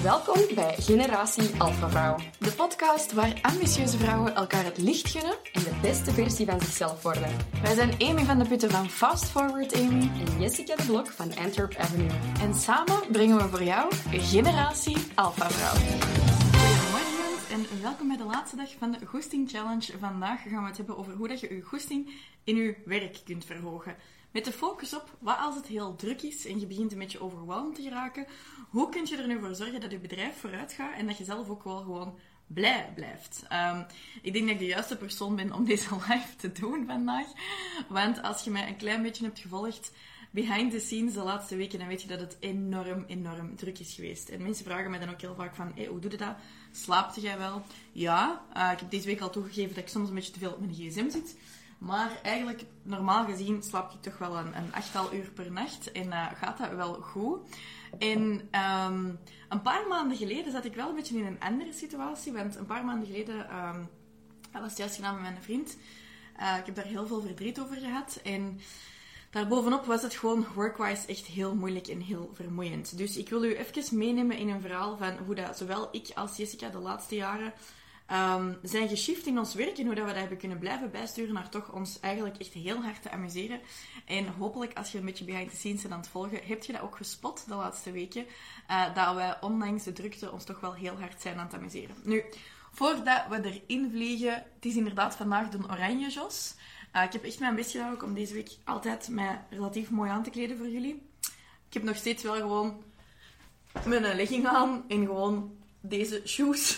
Welkom bij Generatie Alpha Vrouw. De podcast waar ambitieuze vrouwen elkaar het licht gunnen En de beste versie van zichzelf worden. Wij zijn Amy van de Putten van Fast Forward Amy En Jessica de Blok van Antwerp Avenue. en samen brengen we voor jou Generatie Alpha Vrouw. Goedemorgen en welkom bij de laatste dag van de Goesting Challenge. Vandaag gaan we het hebben over hoe dat je je goesting in je werk kunt verhogen. Met de focus op, wat als het heel druk is en je begint een beetje overweldigd te geraken, hoe kun je er nu voor zorgen dat je bedrijf vooruit gaat en dat je zelf ook wel gewoon blij blijft. Ik denk dat ik de juiste persoon ben om deze live te doen vandaag. Want als je mij een klein beetje hebt gevolgd behind the scenes de laatste weken, dan weet je dat het enorm druk is geweest. En mensen vragen mij dan ook heel vaak van, hoe doe je dat? Slaapt jij wel? Ja, ik heb deze week al toegegeven dat ik soms een beetje te veel op mijn gsm zit. Maar eigenlijk, normaal gezien, slaap ik toch wel een 8 uur per nacht. En gaat dat wel goed. En een paar maanden geleden zat ik wel een beetje in een andere situatie. Want een paar maanden geleden was het juist gedaan met mijn vriend. Ik heb daar heel veel verdriet over gehad. En daarbovenop was het gewoon workwise echt heel moeilijk en heel vermoeiend. Dus ik wil u even meenemen in een verhaal van hoe dat zowel ik als Jessica de laatste jaren zijn geshift in ons werk en hoe dat we dat hebben kunnen blijven bijsturen naar toch ons eigenlijk echt heel hard te amuseren. En hopelijk, als je een beetje behind the scenes bent aan het volgen, heb je dat ook gespot de laatste weken, dat wij ondanks de drukte ons toch wel heel hard zijn aan het amuseren. Nu, voordat we erin vliegen, het is inderdaad vandaag de oranje jos. Ik heb echt mijn best gedaan ook om deze week altijd mij relatief mooi aan te kleden voor jullie. Ik heb nog steeds wel gewoon mijn legging aan en gewoon deze shoes.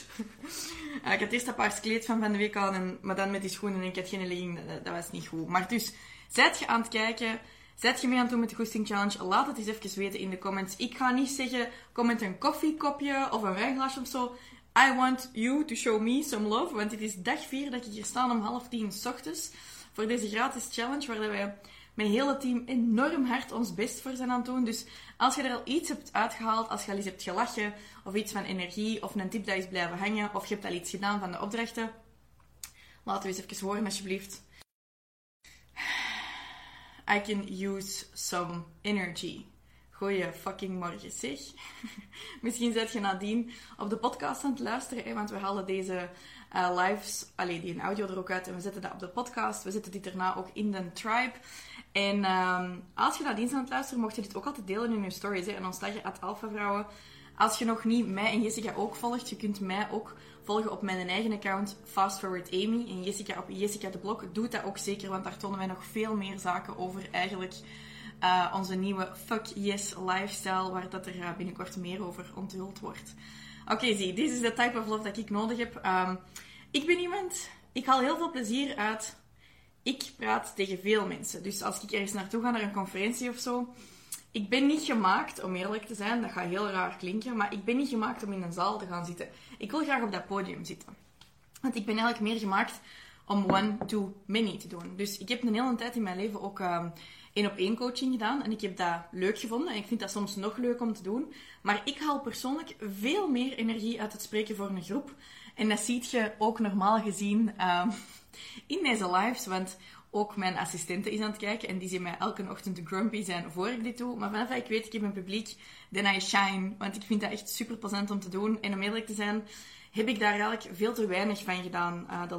Ik had eerst een paars kleed van de week aan, maar dan met die schoenen en ik had geen legging, dat was niet goed. Maar dus, zijt je aan het kijken, zijt je mee aan het doen met de Goesting Challenge, laat het eens even weten in de comments. Ik ga niet zeggen, kom met een koffiekopje of een wijnglasje of zo. I want you to show me some love, want dit is dag 4 dat ik hier sta om 9:30 's ochtends voor deze gratis challenge, waar wij mijn hele team enorm hard ons best voor zijn aan het doen. Dus als je er al iets hebt uitgehaald, als je al eens hebt gelachen, of iets van energie, of een tip dat is blijven hangen, of je hebt al iets gedaan van de opdrachten, laten we eens even horen alsjeblieft. I can use some energy. Goeie fucking morgen, zeg. Misschien zet je nadien op de podcast aan het luisteren, want we halen deze lives, die audio er ook uit, en we zetten dat op de podcast. We zetten dit daarna ook in de tribe. En als je nadien aan het luisteren, mocht je dit ook altijd delen in je stories. En ons taggen @alphavrouwen. Als je nog niet mij en Jessica ook volgt, je kunt mij ook volgen op mijn eigen account Fast Forward Amy en Jessica op Jessica de Blok. Doe dat ook zeker, want daar tonen wij nog veel meer zaken over eigenlijk onze nieuwe Fuck Yes lifestyle, waar dat er binnenkort meer over onthuld wordt. Oké, zie, dit is de type of love dat ik nodig heb. Ik ben iemand, ik haal heel veel plezier uit. Ik praat tegen veel mensen. Dus als ik ergens naartoe ga, naar een conferentie of zo, ik ben niet gemaakt, om eerlijk te zijn, dat gaat heel raar klinken, maar ik ben niet gemaakt om in een zaal te gaan zitten. Ik wil graag op dat podium zitten. Want ik ben eigenlijk meer gemaakt om one-to-many te doen. Dus ik heb een hele tijd in mijn leven ook 1-op-1 coaching gedaan. En ik heb dat leuk gevonden. En ik vind dat soms nog leuk om te doen. Maar ik haal persoonlijk veel meer energie uit het spreken voor een groep. En dat zie je ook normaal gezien in deze lives. Want ook mijn assistente is aan het kijken. En die zien mij elke ochtend grumpy zijn voor ik dit doe. Maar vanaf dat ik weet, ik heb een publiek, then I shine. Want ik vind dat echt super plezant om te doen. En om eerlijk te zijn, heb ik daar eigenlijk veel te weinig van gedaan het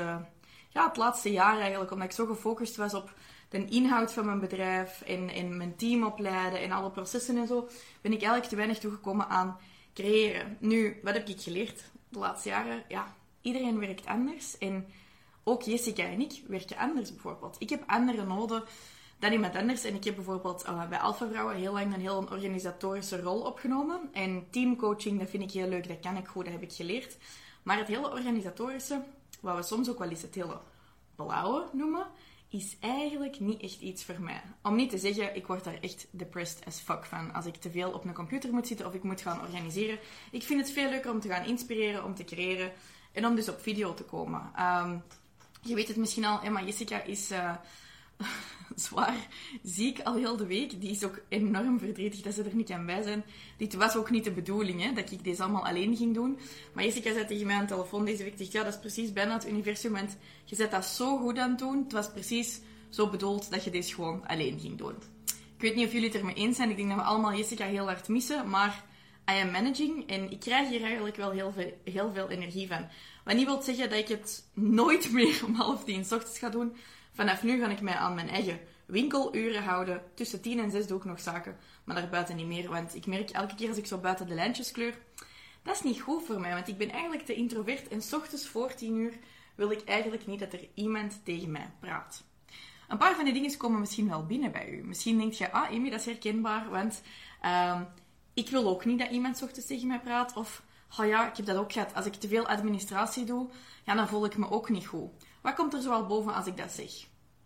laatste jaar eigenlijk. Omdat ik zo gefocust was op de inhoud van mijn bedrijf en mijn team opleiden en alle processen en zo, ben ik eigenlijk te weinig toegekomen aan creëren. Nu, wat heb ik geleerd de laatste jaren? Ja, iedereen werkt anders. En ook Jessica en ik werken anders bijvoorbeeld. Ik heb andere noden dan iemand anders. En ik heb bijvoorbeeld bij Alpha Vrouwen heel lang een heel organisatorische rol opgenomen. En teamcoaching, dat vind ik heel leuk, dat kan ik goed, dat heb ik geleerd. Maar het hele organisatorische, wat we soms ook wel eens het hele blauwe noemen, is eigenlijk niet echt iets voor mij. Om niet te zeggen, ik word daar echt depressed as fuck van. Als ik te veel op een computer moet zitten of ik moet gaan organiseren. Ik vind het veel leuker om te gaan inspireren, om te creëren en om dus op video te komen. Je weet het misschien al, maar Jessica is zwaar ziek al heel de week. Die is ook enorm verdrietig dat ze er niet kan bij zijn. Dit was ook niet de bedoeling, hè, dat ik deze allemaal alleen ging doen. Maar Jessica zei tegen mij aan de telefoon deze week, ja, dat is precies bijna het universum, want je zet dat zo goed aan het doen. Het was precies zo bedoeld dat je deze gewoon alleen ging doen. Ik weet niet of jullie het ermee eens zijn. Ik denk dat we allemaal Jessica heel hard missen, maar I am managing en ik krijg hier eigenlijk wel heel veel energie van. Wat niet wil zeggen dat ik het nooit meer om 9:30 's ochtends ga doen. Vanaf nu ga ik mij aan mijn eigen winkeluren houden. Tussen 10 en 6 doe ik nog zaken, maar daarbuiten niet meer. Want ik merk elke keer als ik zo buiten de lijntjes kleur, dat is niet goed voor mij. Want ik ben eigenlijk te introvert en 's ochtends voor 10 uur wil ik eigenlijk niet dat er iemand tegen mij praat. Een paar van die dingen komen misschien wel binnen bij u. Misschien denkt je, Amy, dat is herkenbaar, want ik wil ook niet dat iemand 's ochtends tegen mij praat. Of, ja, ik heb dat ook gehad. Als ik te veel administratie doe, ja, dan voel ik me ook niet goed. Wat komt er zoal boven als ik dat zeg?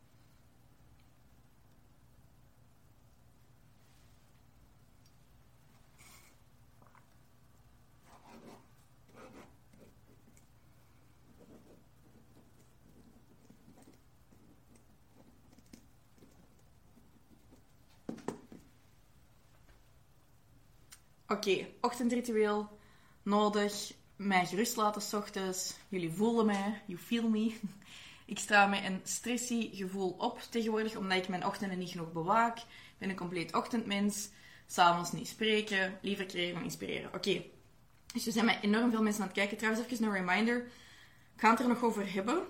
Oké, ochtendritueel nodig. Mij gerust laten 's ochtends. Jullie voelen mij. You feel me. Ik straal met een stressy gevoel op tegenwoordig, omdat ik mijn ochtenden niet genoeg bewaak. Ik ben een compleet ochtendmens. 'S Avonds niet spreken. Liever creëren dan inspireren. Oké. Dus er zijn mij enorm veel mensen aan het kijken. Trouwens, even een reminder. Ik ga het er nog over hebben.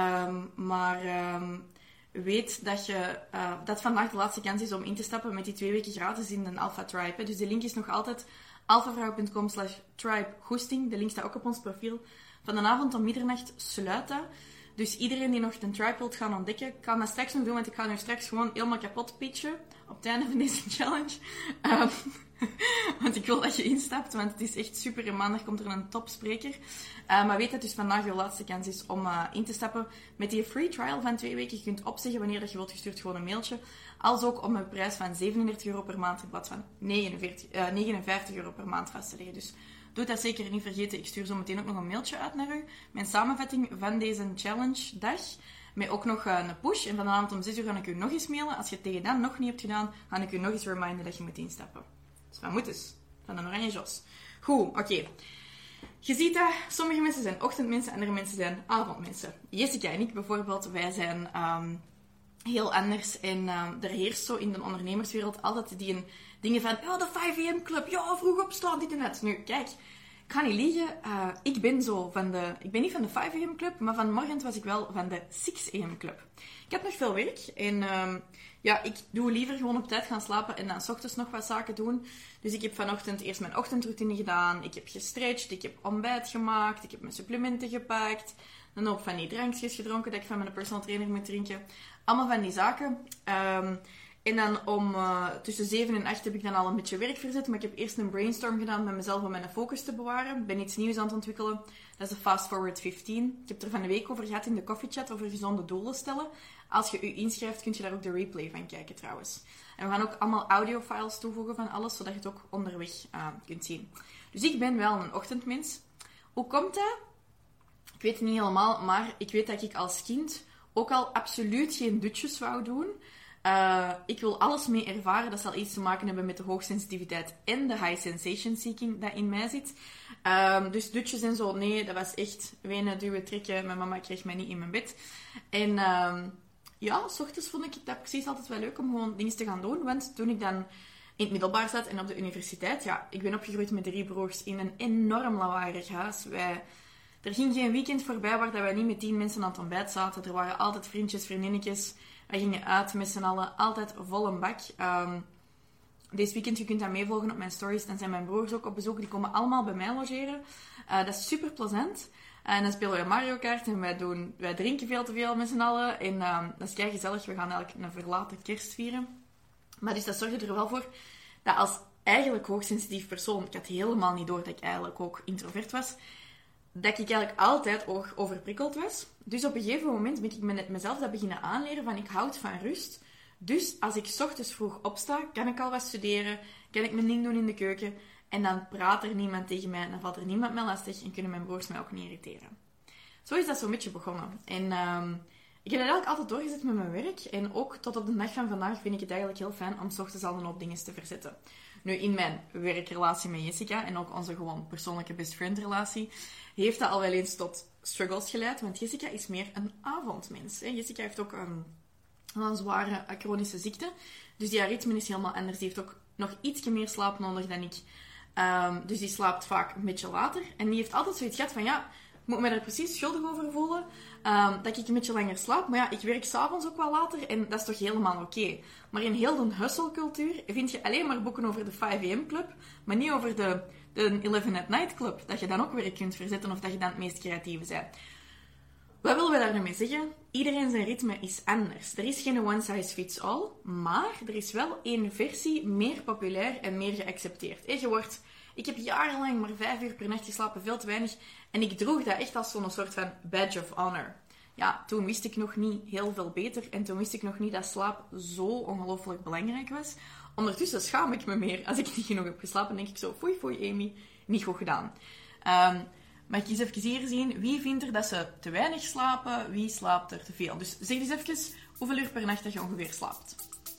Weet dat vandaag de laatste kans is om in te stappen met die 2 weken gratis in de Alpha Tribe. Dus de link is nog altijd alphavrouw.com/tribegoesting. De link staat ook op ons profiel. Van de avond om middernacht sluit dat. Dus iedereen die nog de tribe wilt gaan ontdekken, kan dat straks nog doen, want ik ga nu straks gewoon helemaal kapot pitchen op het einde van deze challenge. Want ik wil dat je instapt, want het is echt super. En maandag komt er een topspreker. Maar weet dat dus vandaag je laatste kans is om in te stappen met die free trial van 2 weken. Je kunt opzeggen wanneer dat je wilt, gestuurd gewoon een mailtje. Als ook om een prijs van €37 per maand in plaats van 59 euro per maand vast te leggen. Dus doe dat zeker niet vergeten. Ik stuur zo meteen ook nog een mailtje uit naar u. Mijn samenvatting van deze challenge dag. Met ook nog een push. En vanavond om 6 uur ga ik u nog eens mailen. Als je het tegen dan nog niet hebt gedaan, ga ik u nog eens reminden dat je moet instappen. Dus wat moet dus? Van een oranje jos. Goed, oké. Je ziet dat sommige mensen zijn ochtendmensen, andere mensen zijn avondmensen. Jessica en ik bijvoorbeeld, wij zijn heel anders. En er heerst zo in de ondernemerswereld altijd die dingen van, de 5 AM club, ja, vroeg opstaan, dit en dat. Nu, kijk, ik ga niet liegen, ik ben niet van de 5 AM club, maar vanmorgen was ik wel van de 6 AM club. Ik heb nog veel werk en ik doe liever gewoon op tijd gaan slapen en dan 's ochtends nog wat zaken doen. Dus ik heb vanochtend eerst mijn ochtendroutine gedaan, ik heb gestretched, ik heb ontbijt gemaakt, ik heb mijn supplementen gepakt, een hoop van die drankjes gedronken dat ik van mijn personal trainer moet drinken. Allemaal van die zaken. En dan om tussen 7 en 8 heb ik dan al een beetje werk verzet. Maar ik heb eerst een brainstorm gedaan met mezelf om mijn focus te bewaren. Ik ben iets nieuws aan het ontwikkelen. Dat is de Fast Forward 15. Ik heb het er van de week over gehad in de coffeechat over gezonde doelen stellen. Als je je inschrijft, kun je daar ook de replay van kijken trouwens. En we gaan ook allemaal audiofiles toevoegen van alles, zodat je het ook onderweg kunt zien. Dus ik ben wel een ochtendmens. Hoe komt dat? Ik weet het niet helemaal, maar ik weet dat ik als kind ook al absoluut geen dutjes wou doen. Ik wil alles mee ervaren. Dat zal iets te maken hebben met de hoogsensitiviteit en de high sensation seeking dat in mij zit. Dus dutjes en zo, nee, dat was echt wenen, duwen, trekken. Mijn mama kreeg mij niet in mijn bed. En 's ochtends vond ik dat precies altijd wel leuk om gewoon dingen te gaan doen. Want toen ik dan in het middelbaar zat en op de universiteit, ik ben opgegroeid met 3 broers in een enorm lawaaiig huis. Er ging geen weekend voorbij waar wij niet met 10 mensen aan het ontbijt zaten. Er waren altijd vriendjes, vriendinnetjes. Wij gingen uit met z'n allen, altijd vol een bak. Deze weekend, je kunt dat meevolgen op mijn stories. Dan zijn mijn broers ook op bezoek. Die komen allemaal bij mij logeren. Dat is super plezant. En dan spelen we Mario Kart en wij drinken veel te veel met z'n allen. En dat is kei gezellig. We gaan eigenlijk een verlaten kerst vieren. Maar dus dat zorgde er wel voor dat als eigenlijk hoogsensitief persoon, ik had helemaal niet door dat ik eigenlijk ook introvert was, dat ik eigenlijk altijd overprikkeld was. Dus op een gegeven moment ben ik mezelf dat beginnen aanleren van ik houd van rust. Dus als ik 's ochtends vroeg opsta, kan ik al wat studeren, kan ik mijn ding doen in de keuken en dan praat er niemand tegen mij en dan valt er niemand mij lastig en kunnen mijn broers mij ook niet irriteren. Zo is dat zo'n beetje begonnen. En ik heb dat eigenlijk altijd doorgezet met mijn werk en ook tot op de dag van vandaag vind ik het eigenlijk heel fijn om 's ochtends al een hoop dingen te verzetten. Nu, in mijn werkrelatie met Jessica en ook onze gewoon persoonlijke best friend relatie, heeft dat al wel eens tot struggles geleid, want Jessica is meer een avondmens. Hè. Jessica heeft ook een zware chronische ziekte, dus die haar ritme is helemaal anders. Die heeft ook nog ietsje meer slaap nodig dan ik. Dus die slaapt vaak een beetje later. En die heeft altijd zoiets gehad van, ja, ik moet me daar precies schuldig over voelen. Dat ik een beetje langer slaap. Maar ja, ik werk 's avonds ook wel later. En dat is toch helemaal oké. Maar in heel de hustle-cultuur vind je alleen maar boeken over de 5 AM Club. Maar niet over de 11 at Night Club. Dat je dan ook weer kunt verzetten of dat je dan het meest creatieve bent. Wat willen we daar nu mee zeggen? Iedereen zijn ritme is anders. Er is geen one size fits all. Maar er is wel één versie meer populair en meer geaccepteerd. Ik heb jarenlang maar 5 uur per nacht geslapen, veel te weinig. En ik droeg dat echt als zo'n soort van badge of honor. Ja, toen wist ik nog niet heel veel beter. En toen wist ik nog niet dat slaap zo ongelooflijk belangrijk was. Ondertussen schaam ik me meer. Als ik niet genoeg heb geslapen, denk ik zo, foei Amy, niet goed gedaan. Maar ik eens even hier zien, wie vindt er dat ze te weinig slapen, wie slaapt er te veel. Dus zeg eens even hoeveel uur per nacht dat je ongeveer slaapt.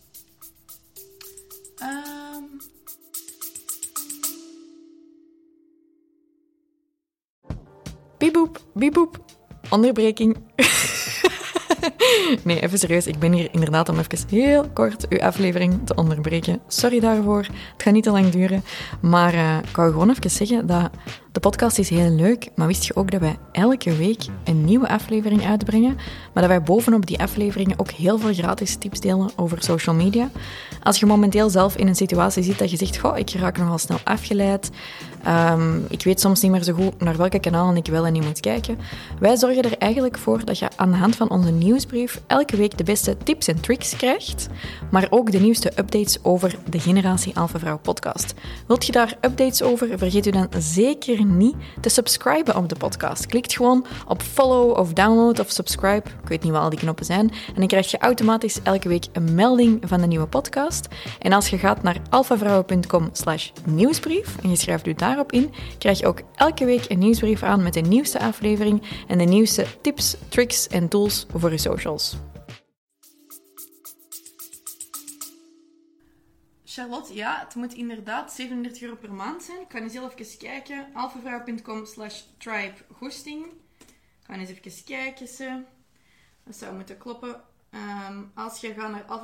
Bieboep. Onderbreking. Nee, even serieus. Ik ben hier inderdaad om even heel kort uw aflevering te onderbreken. Sorry daarvoor. Het gaat niet te lang duren. Maar ik wou gewoon even zeggen dat de podcast is heel leuk. Maar wist je ook dat wij elke week een nieuwe aflevering uitbrengen? Maar dat wij bovenop die afleveringen ook heel veel gratis tips delen over social media. Als je momenteel zelf in een situatie zit dat je zegt, goh, ik raak nogal snel afgeleid. Ik weet soms niet meer zo goed naar welke kanalen ik wel en niet moet kijken. Wij zorgen er eigenlijk voor dat je aan de hand van onze nieuwsbrief elke week de beste tips en tricks krijgt, maar ook de nieuwste updates over de Generatie Alpha Vrouw podcast. Wilt je daar updates over? Vergeet u dan zeker niet te subscriben op de podcast. Klikt gewoon op follow of download of subscribe. Ik weet niet wat al die knoppen zijn. En dan krijg je automatisch elke week een melding van de nieuwe podcast. En als je gaat naar alphavrouwen.com/nieuwsbrief en je schrijft u daarop in, krijg je ook elke week een nieuwsbrief aan met de nieuwste aflevering en de nieuwste tips, tricks en tools voor je socials. Charlotte, ja, het moet inderdaad 37 euro per maand zijn. Ik ga eens heel even kijken. alphavrouw.com/tribe-hosting. Ik ga eens even kijken. Dat zou moeten kloppen. Als je gaat naar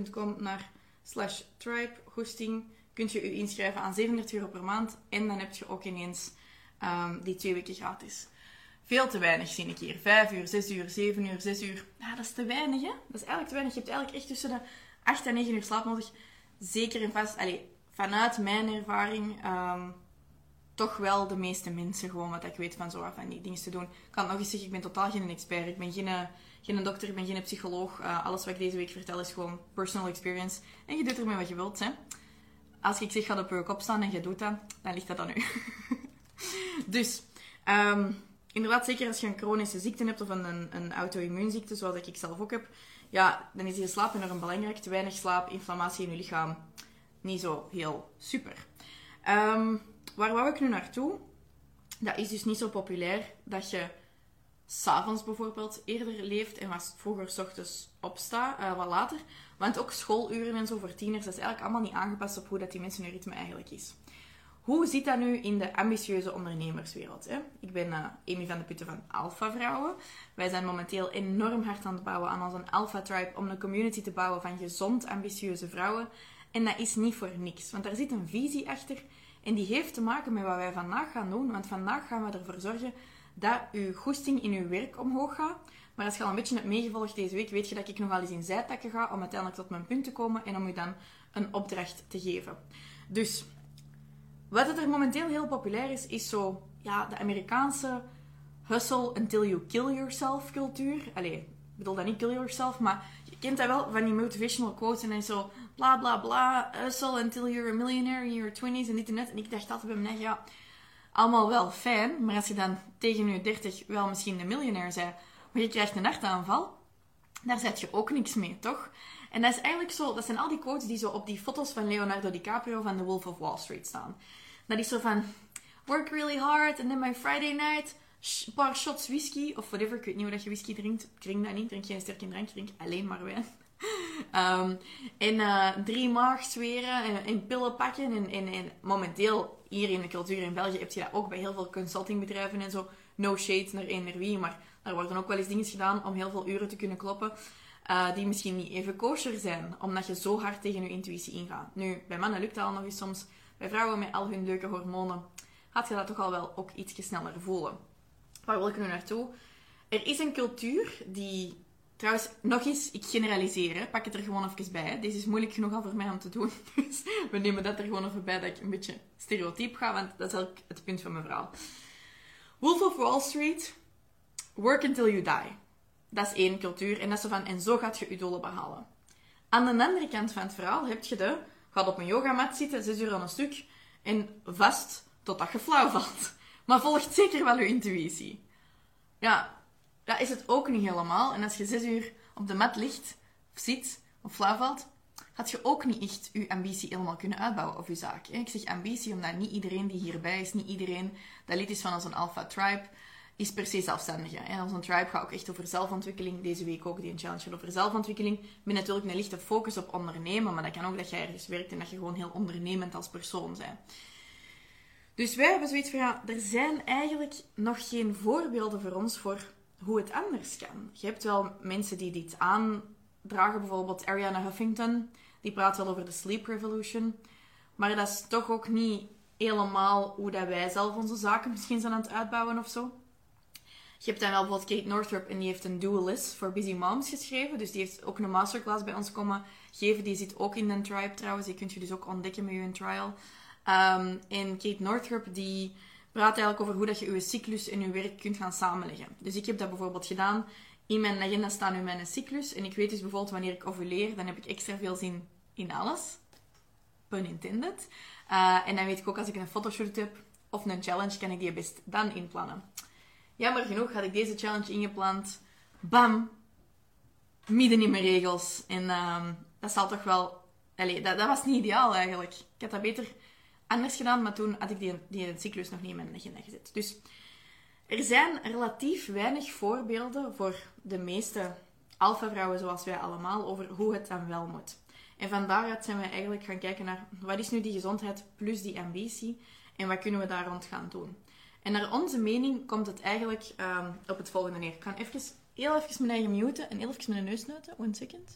alphavrouw.com/tribe-hosting, kun je je inschrijven aan 37 euro per maand. En dan heb je ook ineens die 2 weken gratis. Veel te weinig, zie ik hier. 5 uur, 6 uur, 7 uur, 6 uur. Ja, dat is te weinig, hè? Dat is eigenlijk te weinig. Je hebt eigenlijk echt tussen de 8 en 9 uur slaap nodig. Zeker en vast, vanuit mijn ervaring, toch wel de meeste mensen gewoon wat ik weet van die dingen te doen. Ik kan nog eens zeggen, ik ben totaal geen expert. Ik ben geen dokter, ik ben geen psycholoog. Alles wat ik deze week vertel is gewoon personal experience. En je doet ermee wat je wilt, hè. Als ik zeg, ga op je kop staan en je doet dat, dan ligt dat aan u. Dus, inderdaad, zeker als je een chronische ziekte hebt of een auto-immuunziekte, zoals ik zelf ook heb, ja, dan is je slaap enorm belangrijk. Te weinig slaap, inflammatie in je lichaam, niet zo heel super. Waar wou ik nu naartoe? Dat is dus niet zo populair dat je 's avonds bijvoorbeeld eerder leeft en wat vroeger 's ochtends opstaat, wat later. Want ook schooluren en zo voor tieners, dat is eigenlijk allemaal niet aangepast op hoe dat die mensen hun ritme eigenlijk is. Hoe zit dat nu in de ambitieuze ondernemerswereld? Hè? Ik ben Amy van de Putten van Alpha Vrouwen. Wij zijn momenteel enorm hard aan het bouwen aan onze Alpha Tribe om een community te bouwen van gezond ambitieuze vrouwen. En dat is niet voor niks, want daar zit een visie achter en die heeft te maken met wat wij vandaag gaan doen. Want vandaag gaan we ervoor zorgen dat uw goesting in uw werk omhoog gaat. Maar als je al een beetje hebt meegevolgd deze week, weet je dat ik nogal eens in zijtakken ga om uiteindelijk tot mijn punt te komen en om u dan een opdracht te geven. Dus wat het er momenteel heel populair is zo, ja, de Amerikaanse hustle until you kill yourself cultuur. Ik bedoel dat niet kill yourself, maar je kent dat wel van die motivational quotes en dan zo bla bla bla, hustle until you're a millionaire in your 20s en dit en dat. En ik dacht altijd bij me, ja, allemaal wel fijn, maar als je dan tegen je 30 wel misschien een miljonair bent, maar je krijgt een hartaanval, daar zet je ook niks mee, toch? En dat is eigenlijk zo, dat zijn al die quotes die zo op die foto's van Leonardo DiCaprio van The Wolf of Wall Street staan. Dat is zo van, work really hard, and then my Friday night, een paar shots whisky, of whatever, ik weet niet hoe dat je whisky drinkt. Ik drink dat niet, drink geen sterke drank, drink alleen maar wijn. En 3 maagzweren en pillen pakken. En momenteel, hier in de cultuur in België, heb je dat ook bij heel veel consultingbedrijven en zo. No shade naar eender wie, maar er worden ook wel eens dingen gedaan om heel veel uren te kunnen kloppen. Die misschien niet even kosher zijn, omdat je zo hard tegen je intuïtie ingaat. Nu, bij mannen lukt dat al nog eens soms. Bij vrouwen met al hun leuke hormonen gaat je dat toch al wel ook iets sneller voelen. Waar wil ik nu naartoe? Er is een cultuur die... Trouwens, nog eens, ik generaliseer. Hè. Pak het er gewoon even bij. Hè. Deze is moeilijk genoeg al voor mij om te doen. Dus we nemen dat er gewoon even bij dat ik een beetje stereotyp ga. Want dat is ook het punt van mijn verhaal. Wolf of Wall Street. Work until you die. Dat is één cultuur. En dat is zo van... En zo gaat je je doelen behalen. Aan de andere kant van het verhaal heb je de... Gaat op een yogamat zitten, 6 uur aan een stuk. En vast totdat je flauw valt. Maar volgt zeker wel je intuïtie. Ja... Dat is het ook niet helemaal. En als je 6 uur op de mat ligt, of zit, of flauw valt, gaat je ook niet echt je ambitie helemaal kunnen uitbouwen of je zaak. Ik zeg ambitie omdat niet iedereen die hierbij is, niet iedereen dat lid is van onze Alpha Tribe, is per se zelfstandige. Onze tribe gaat ook echt over zelfontwikkeling. Deze week ook die challenge over zelfontwikkeling. Met natuurlijk een lichte focus op ondernemen, maar dat kan ook dat je ergens werkt en dat je gewoon heel ondernemend als persoon bent. Dus wij hebben zoiets van, ja, er zijn eigenlijk nog geen voorbeelden voor ons voor hoe het anders kan. Je hebt wel mensen die dit aandragen, bijvoorbeeld Arianna Huffington, die praat wel over de sleep revolution, maar dat is toch ook niet helemaal hoe dat wij zelf onze zaken misschien zijn aan het uitbouwen of zo. Je hebt dan wel bijvoorbeeld Kate Northrup en die heeft een Dualist for Busy Moms geschreven, dus die heeft ook een masterclass bij ons komen geven, die zit ook in een tribe trouwens, die kunt je dus ook ontdekken met je trial. En Kate Northrup die praat eigenlijk over hoe dat je je cyclus en je werk kunt gaan samenleggen. Dus ik heb dat bijvoorbeeld gedaan. In mijn agenda staat nu mijn cyclus. En ik weet dus bijvoorbeeld wanneer ik ovuleer, dan heb ik extra veel zin in alles. Pun intended. En dan weet ik ook als ik een fotoshoot heb of een challenge, kan ik die best dan inplannen. Jammer genoeg had ik deze challenge ingepland. Bam! Midden in mijn regels. En dat zal toch wel... dat was niet ideaal eigenlijk. Ik had dat beter anders gedaan, maar toen had ik die cyclus nog niet in mijn agenda gezet. Dus er zijn relatief weinig voorbeelden voor de meeste alpha-vrouwen zoals wij allemaal over hoe het dan wel moet. En van daaruit zijn we eigenlijk gaan kijken naar wat is nu die gezondheid plus die ambitie en wat kunnen we daar rond gaan doen. En naar onze mening komt het eigenlijk op het volgende neer. Ik ga heel even mijn eigen muten en heel even mijn neus snuiten. 1 second.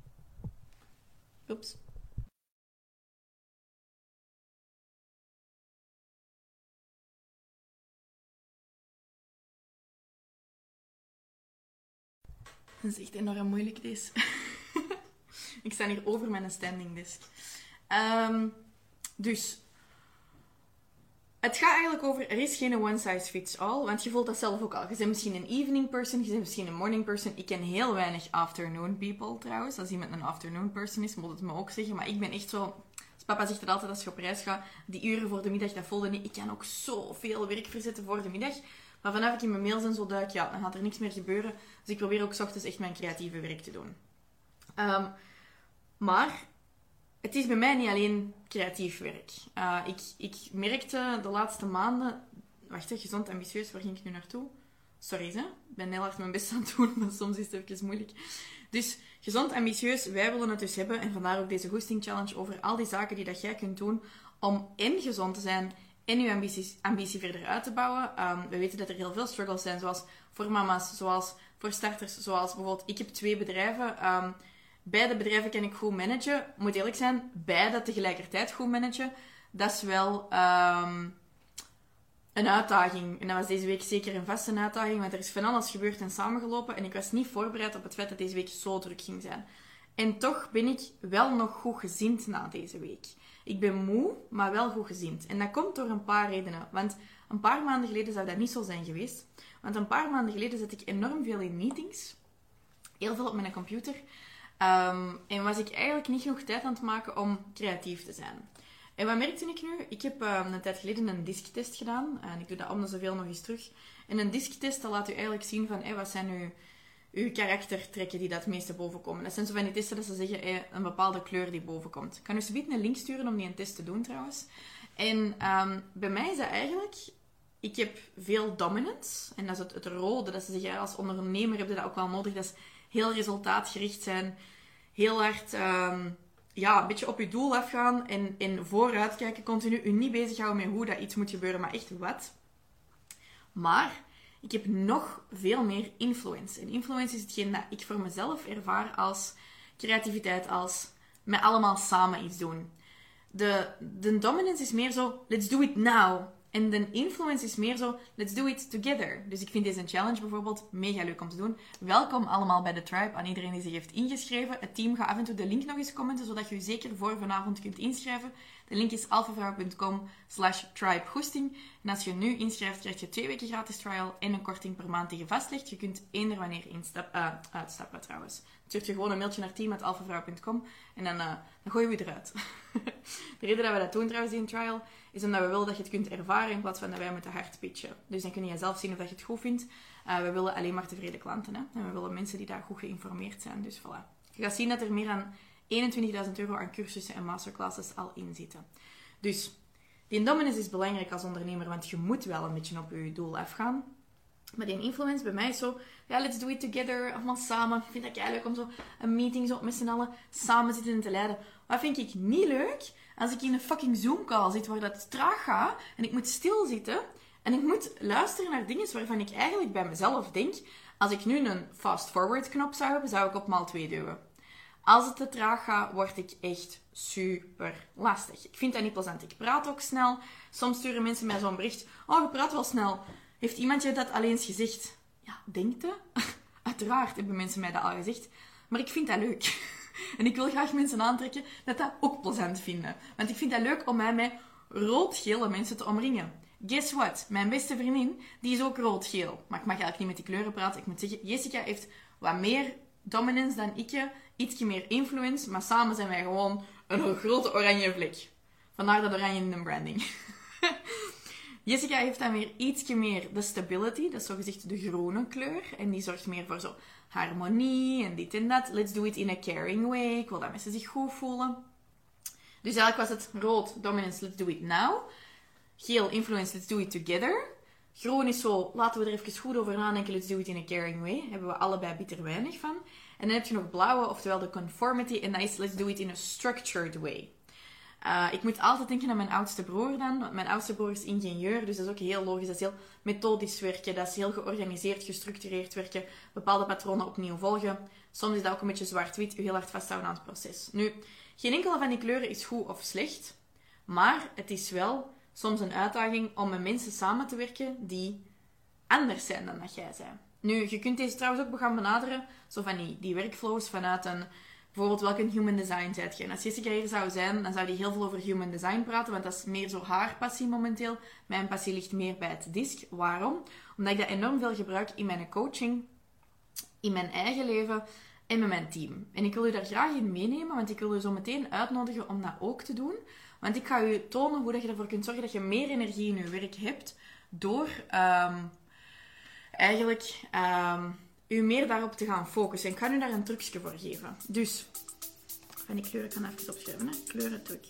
Oeps. Dat is echt enorm moeilijk, deze. Ik sta hier over mijn standing desk. Dus, het gaat eigenlijk over, er is geen one size fits all, want je voelt dat zelf ook al. Je bent misschien een evening person, je bent misschien een morning person. Ik ken heel weinig afternoon people trouwens. Als iemand een afternoon person is, moet het me ook zeggen. Maar ik ben echt zo... Als papa zegt dat altijd als je op reis gaat, die uren voor de middag, dat voelde niet. Ik kan ook zoveel werk verzetten voor de middag. Maar vanaf ik in mijn mails en zo duik, ja, dan gaat er niks meer gebeuren. Dus ik probeer ook 's ochtends echt mijn creatieve werk te doen. Maar het is bij mij niet alleen creatief werk. Ik merkte de laatste maanden... Wacht, gezond, ambitieus, waar ging ik nu naartoe? Sorry, hè? Ik ben heel hard mijn best aan het doen, maar soms is het even moeilijk. Dus, gezond, ambitieus, wij willen het dus hebben. En vandaar ook deze Goesting Challenge over al die zaken die dat jij kunt doen om en gezond te zijn en je ambitie verder uit te bouwen. We weten dat er heel veel struggles zijn, zoals voor mama's, zoals voor starters, zoals bijvoorbeeld... Ik heb 2 bedrijven. Beide bedrijven kan ik goed managen. Moet eerlijk zijn, beide tegelijkertijd goed managen. Dat is wel een uitdaging. En dat was deze week zeker een vaste uitdaging, want er is van alles gebeurd en samengelopen. En ik was niet voorbereid op het feit dat deze week zo druk ging zijn. En toch ben ik wel nog goed gezind na deze week. Ik ben moe, maar wel goed gezind. En dat komt door een paar redenen. Want een paar maanden geleden zou dat niet zo zijn geweest. Want een paar maanden geleden zat ik enorm veel in meetings. Heel veel op mijn computer. En was ik eigenlijk niet genoeg tijd aan het maken om creatief te zijn. En wat merkte ik nu? Ik heb een tijd geleden een disktest gedaan. En ik doe dat om de zoveel nog eens terug. En een disktest, dat laat u eigenlijk zien van... wat zijn nu uw karaktertrekken die dat het meeste bovenkomen. Dat zijn zo van die testen dat ze zeggen... een bepaalde kleur die bovenkomt. Ik kan u zometeen een link sturen om die een test te doen trouwens. En bij mij is dat eigenlijk... Ik heb veel dominance. En dat is het rode. Dat ze zeggen, als ondernemer heb je dat ook wel nodig. Dat is heel resultaatgericht zijn. Heel hard... een beetje op je doel afgaan en vooruit kijken, continu. U niet bezighouden met hoe dat iets moet gebeuren, maar echt wat. Maar ik heb nog veel meer influence. En influence is hetgeen dat ik voor mezelf ervaar als creativiteit, als met allemaal samen iets doen. de dominance is meer zo, let's do it now. En de influence is meer zo, let's do it together. Dus ik vind deze challenge bijvoorbeeld mega leuk om te doen. Welkom allemaal bij de tribe, aan iedereen die zich heeft ingeschreven. Het team gaat af en toe de link nog eens commenten, zodat je je zeker voor vanavond kunt inschrijven. De link is alphavrouw.com/tribegoesting. En als je nu inschrijft, krijg je 2 weken gratis trial en een korting per maand die je vastlegt. Je kunt eender wanneer uitstappen trouwens. Stuurt je gewoon een mailtje naar team@alphavrouw.com en dan gooien we je eruit. De reden dat we dat doen trouwens in trial, is omdat we willen dat je het kunt ervaren in plaats van dat wij moeten hard pitchen. Dus dan kun je zelf zien of dat je het goed vindt. We willen alleen maar tevreden klanten. Hè? En we willen mensen die daar goed geïnformeerd zijn. Dus voilà. Je gaat zien dat er meer dan €21.000 aan cursussen en masterclasses al in zitten. Dus die dominance is belangrijk als ondernemer, want je moet wel een beetje op je doel afgaan. Maar die influence bij mij is zo, ja, let's do it together, allemaal samen. Ik vind dat leuk om zo een meeting zo met z'n allen samen zitten en te leiden. Wat vind ik niet leuk? Als ik in een fucking Zoom-call zit waar dat traag gaat en ik moet stilzitten en ik moet luisteren naar dingen waarvan ik eigenlijk bij mezelf denk, als ik nu een fast-forward knop zou hebben, zou ik op maal 2 duwen. Als het te traag gaat, word ik echt super lastig. Ik vind dat niet plezant. Ik praat ook snel. Soms sturen mensen mij zo'n bericht. Oh, je praat wel snel. Heeft iemand je dat al eens gezegd? Ja, denkt je? Uiteraard hebben mensen mij dat al gezegd. Maar ik vind dat leuk. En ik wil graag mensen aantrekken dat dat ook plezant vinden. Want ik vind dat leuk om mij met rood-gele mensen te omringen. Guess what? Mijn beste vriendin, die is ook rood-geel. Maar ik mag eigenlijk niet met die kleuren praten. Ik moet zeggen, Jessica heeft wat meer dominance dan ik. Ietsje meer influence. Maar samen zijn wij gewoon een grote oranje vlek. Vandaar dat oranje in de branding. Jessica heeft dan weer ietsje meer de stability. Dat is zogezegd de groene kleur. En die zorgt meer voor zo harmonie en dit en dat. Let's do it in a caring way. Ik wil dat mensen zich goed voelen. Dus eigenlijk was het rood, dominance, let's do it now. Geel, influence, let's do it together. Groen is zo, laten we er even goed over nadenken, let's do it in a caring way. Daar hebben we allebei bitter weinig van. En dan heb je nog blauwe, oftewel de conformity. En dat is, let's do it in a structured way. Ik moet altijd denken aan mijn oudste broer dan. Want mijn oudste broer is ingenieur, dus dat is ook heel logisch. Dat is heel methodisch werken. Dat is heel georganiseerd, gestructureerd werken. Bepaalde patronen opnieuw volgen. Soms is dat ook een beetje zwart-wit. Je heel hard vasthouden aan het proces. Nu, geen enkele van die kleuren is goed of slecht. Maar het is wel soms een uitdaging om met mensen samen te werken die anders zijn dan dat jij bent. Nu, je kunt deze trouwens ook gaan benaderen. Zo van die workflows vanuit een... Bijvoorbeeld, welke human design zijt je? En als Jessica hier zou zijn, dan zou die heel veel over human design praten, want dat is meer zo haar passie momenteel. Mijn passie ligt meer bij het DISC. Waarom? Omdat ik dat enorm veel gebruik in mijn coaching, in mijn eigen leven en met mijn team. En ik wil u daar graag in meenemen, want ik wil u zo meteen uitnodigen om dat ook te doen. Want ik ga u tonen hoe dat je ervoor kunt zorgen dat je meer energie in je werk hebt, door u meer daarop te gaan focussen. En ik ga u daar een trucje voor geven. Dus, van die kleuren, ik kan even opschrijven. Kleuren trucje.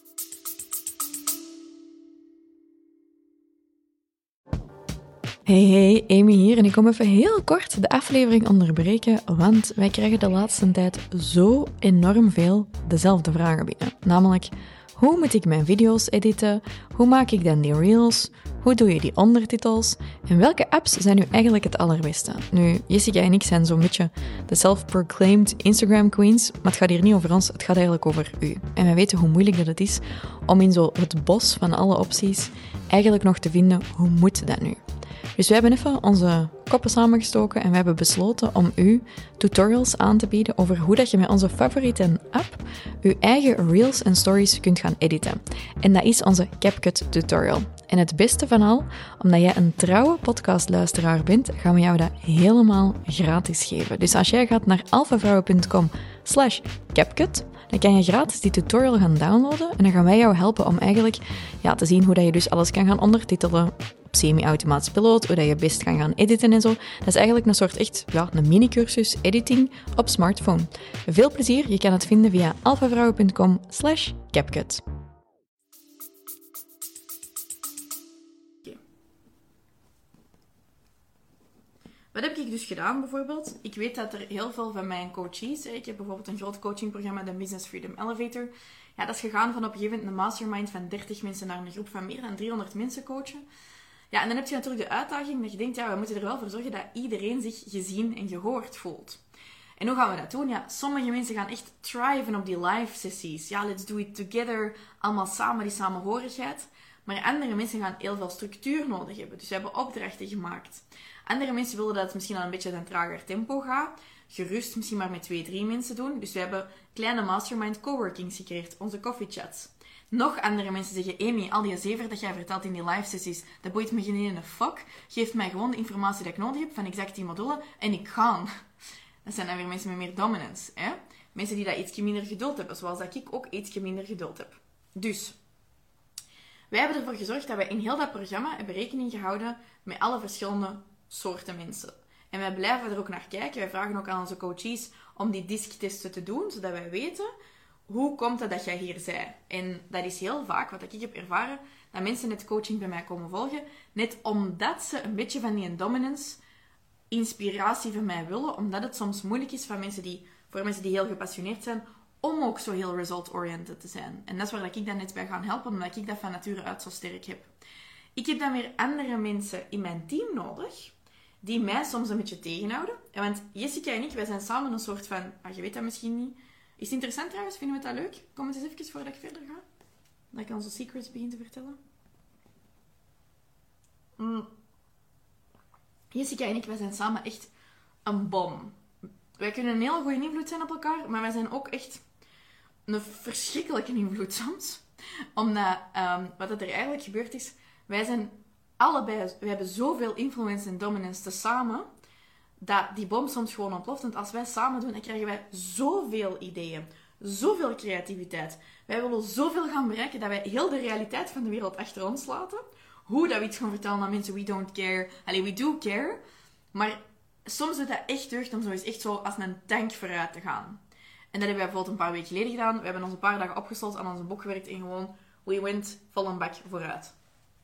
Hey, Amy hier en ik kom even heel kort de aflevering onderbreken, want wij krijgen de laatste tijd zo enorm veel dezelfde vragen binnen. Namelijk, hoe moet ik mijn video's editen? Hoe maak ik dan die reels? Hoe doe je die ondertitels? En welke apps zijn nu eigenlijk het allerbeste? Nu, Jessica en ik zijn zo'n beetje de self-proclaimed Instagram queens, maar het gaat hier niet over ons, het gaat eigenlijk over u. En wij weten hoe moeilijk dat het is om in zo het bos van alle opties eigenlijk nog te vinden, hoe moet dat nu? Dus wij hebben even onze koppen samengestoken en we hebben besloten om u tutorials aan te bieden over hoe dat je met onze favoriete app je eigen reels en stories kunt gaan editen. En dat is onze CapCut tutorial. En het beste van al, omdat jij een trouwe podcastluisteraar bent, gaan we jou dat helemaal gratis geven. Dus als jij gaat naar alphavrouwen.com/CapCut, dan kan je gratis die tutorial gaan downloaden en dan gaan wij jou helpen om eigenlijk te zien hoe dat je dus alles kan gaan ondertitelen op semi-automatisch piloot, hoe dat je best kan gaan editen en zo. Dat is eigenlijk een soort een mini-cursus editing op smartphone. Veel plezier, je kan het vinden via alphavrouwen.com/CapCut. Wat heb ik dus gedaan bijvoorbeeld? Ik weet dat er heel veel van mijn coaches... Ik heb bijvoorbeeld een groot coachingprogramma, de Business Freedom Elevator. Ja, dat is gegaan van op een gegeven moment een mastermind van 30 mensen naar een groep van meer dan 300 mensen coachen. Ja, en dan heb je natuurlijk de uitdaging dat je denkt, we moeten er wel voor zorgen dat iedereen zich gezien en gehoord voelt. En hoe gaan we dat doen? Ja, sommige mensen gaan echt thriven op die live sessies. Ja, let's do it together. Allemaal samen, die samenhorigheid. Maar andere mensen gaan heel veel structuur nodig hebben. Dus we hebben opdrachten gemaakt. Andere mensen willen dat het misschien al een beetje een trager tempo gaat. Gerust misschien maar met 2, 3 mensen doen. Dus we hebben kleine mastermind coworkings gecreëerd. Onze coffee chats. Nog andere mensen zeggen, Amy, al die zever dat jij vertelt in die live sessies, dat boeit me geen ene fuck. Geef mij gewoon de informatie dat ik nodig heb van exact die module en ik ga. Dat zijn dan weer mensen met meer dominance. Hè? Mensen die dat ietsje minder geduld hebben, zoals dat ik ook ietsje minder geduld heb. Dus, wij hebben ervoor gezorgd dat wij in heel dat programma hebben rekening gehouden met alle verschillende soorten mensen. En wij blijven er ook naar kijken. Wij vragen ook aan onze coaches om die disktesten te doen, zodat wij weten, hoe komt het dat jij hier bent? En dat is heel vaak, wat ik heb ervaren, dat mensen net coaching bij mij komen volgen, net omdat ze een beetje van die dominance inspiratie van mij willen, omdat het soms moeilijk is voor mensen die heel gepassioneerd zijn, om ook zo heel result-oriented te zijn. En dat is waar ik dan net bij ga helpen, omdat ik dat van nature uit zo sterk heb. Ik heb dan weer andere mensen in mijn team nodig, die mij soms een beetje tegenhouden. Want Jessica en ik, wij zijn samen een soort van, je weet dat misschien niet. Is het interessant trouwens? Vinden we het dat leuk? Kom eens even voordat ik verder ga. Dat ik onze secrets begin te vertellen. Jessica en ik, wij zijn samen echt een bom. Wij kunnen een heel goede invloed zijn op elkaar, maar wij zijn ook echt een verschrikkelijke invloed soms. Omdat, wat er eigenlijk gebeurd is, wij zijn allebei, we hebben zoveel influence en dominance tezamen, dat die bom soms gewoon ontploft. Want als wij samen doen, dan krijgen wij zoveel ideeën. Zoveel creativiteit. Wij willen zoveel gaan bereiken dat wij heel de realiteit van de wereld achter ons laten. Hoe dat we iets gaan vertellen aan mensen, we don't care. Allee, we do care. Maar soms doet dat echt deugd om zo eens echt zo als een tank vooruit te gaan. En dat hebben wij bijvoorbeeld een paar weken geleden gedaan. We hebben ons een paar dagen opgesloten, aan ons boek gewerkt en gewoon, we went vol een bak vooruit.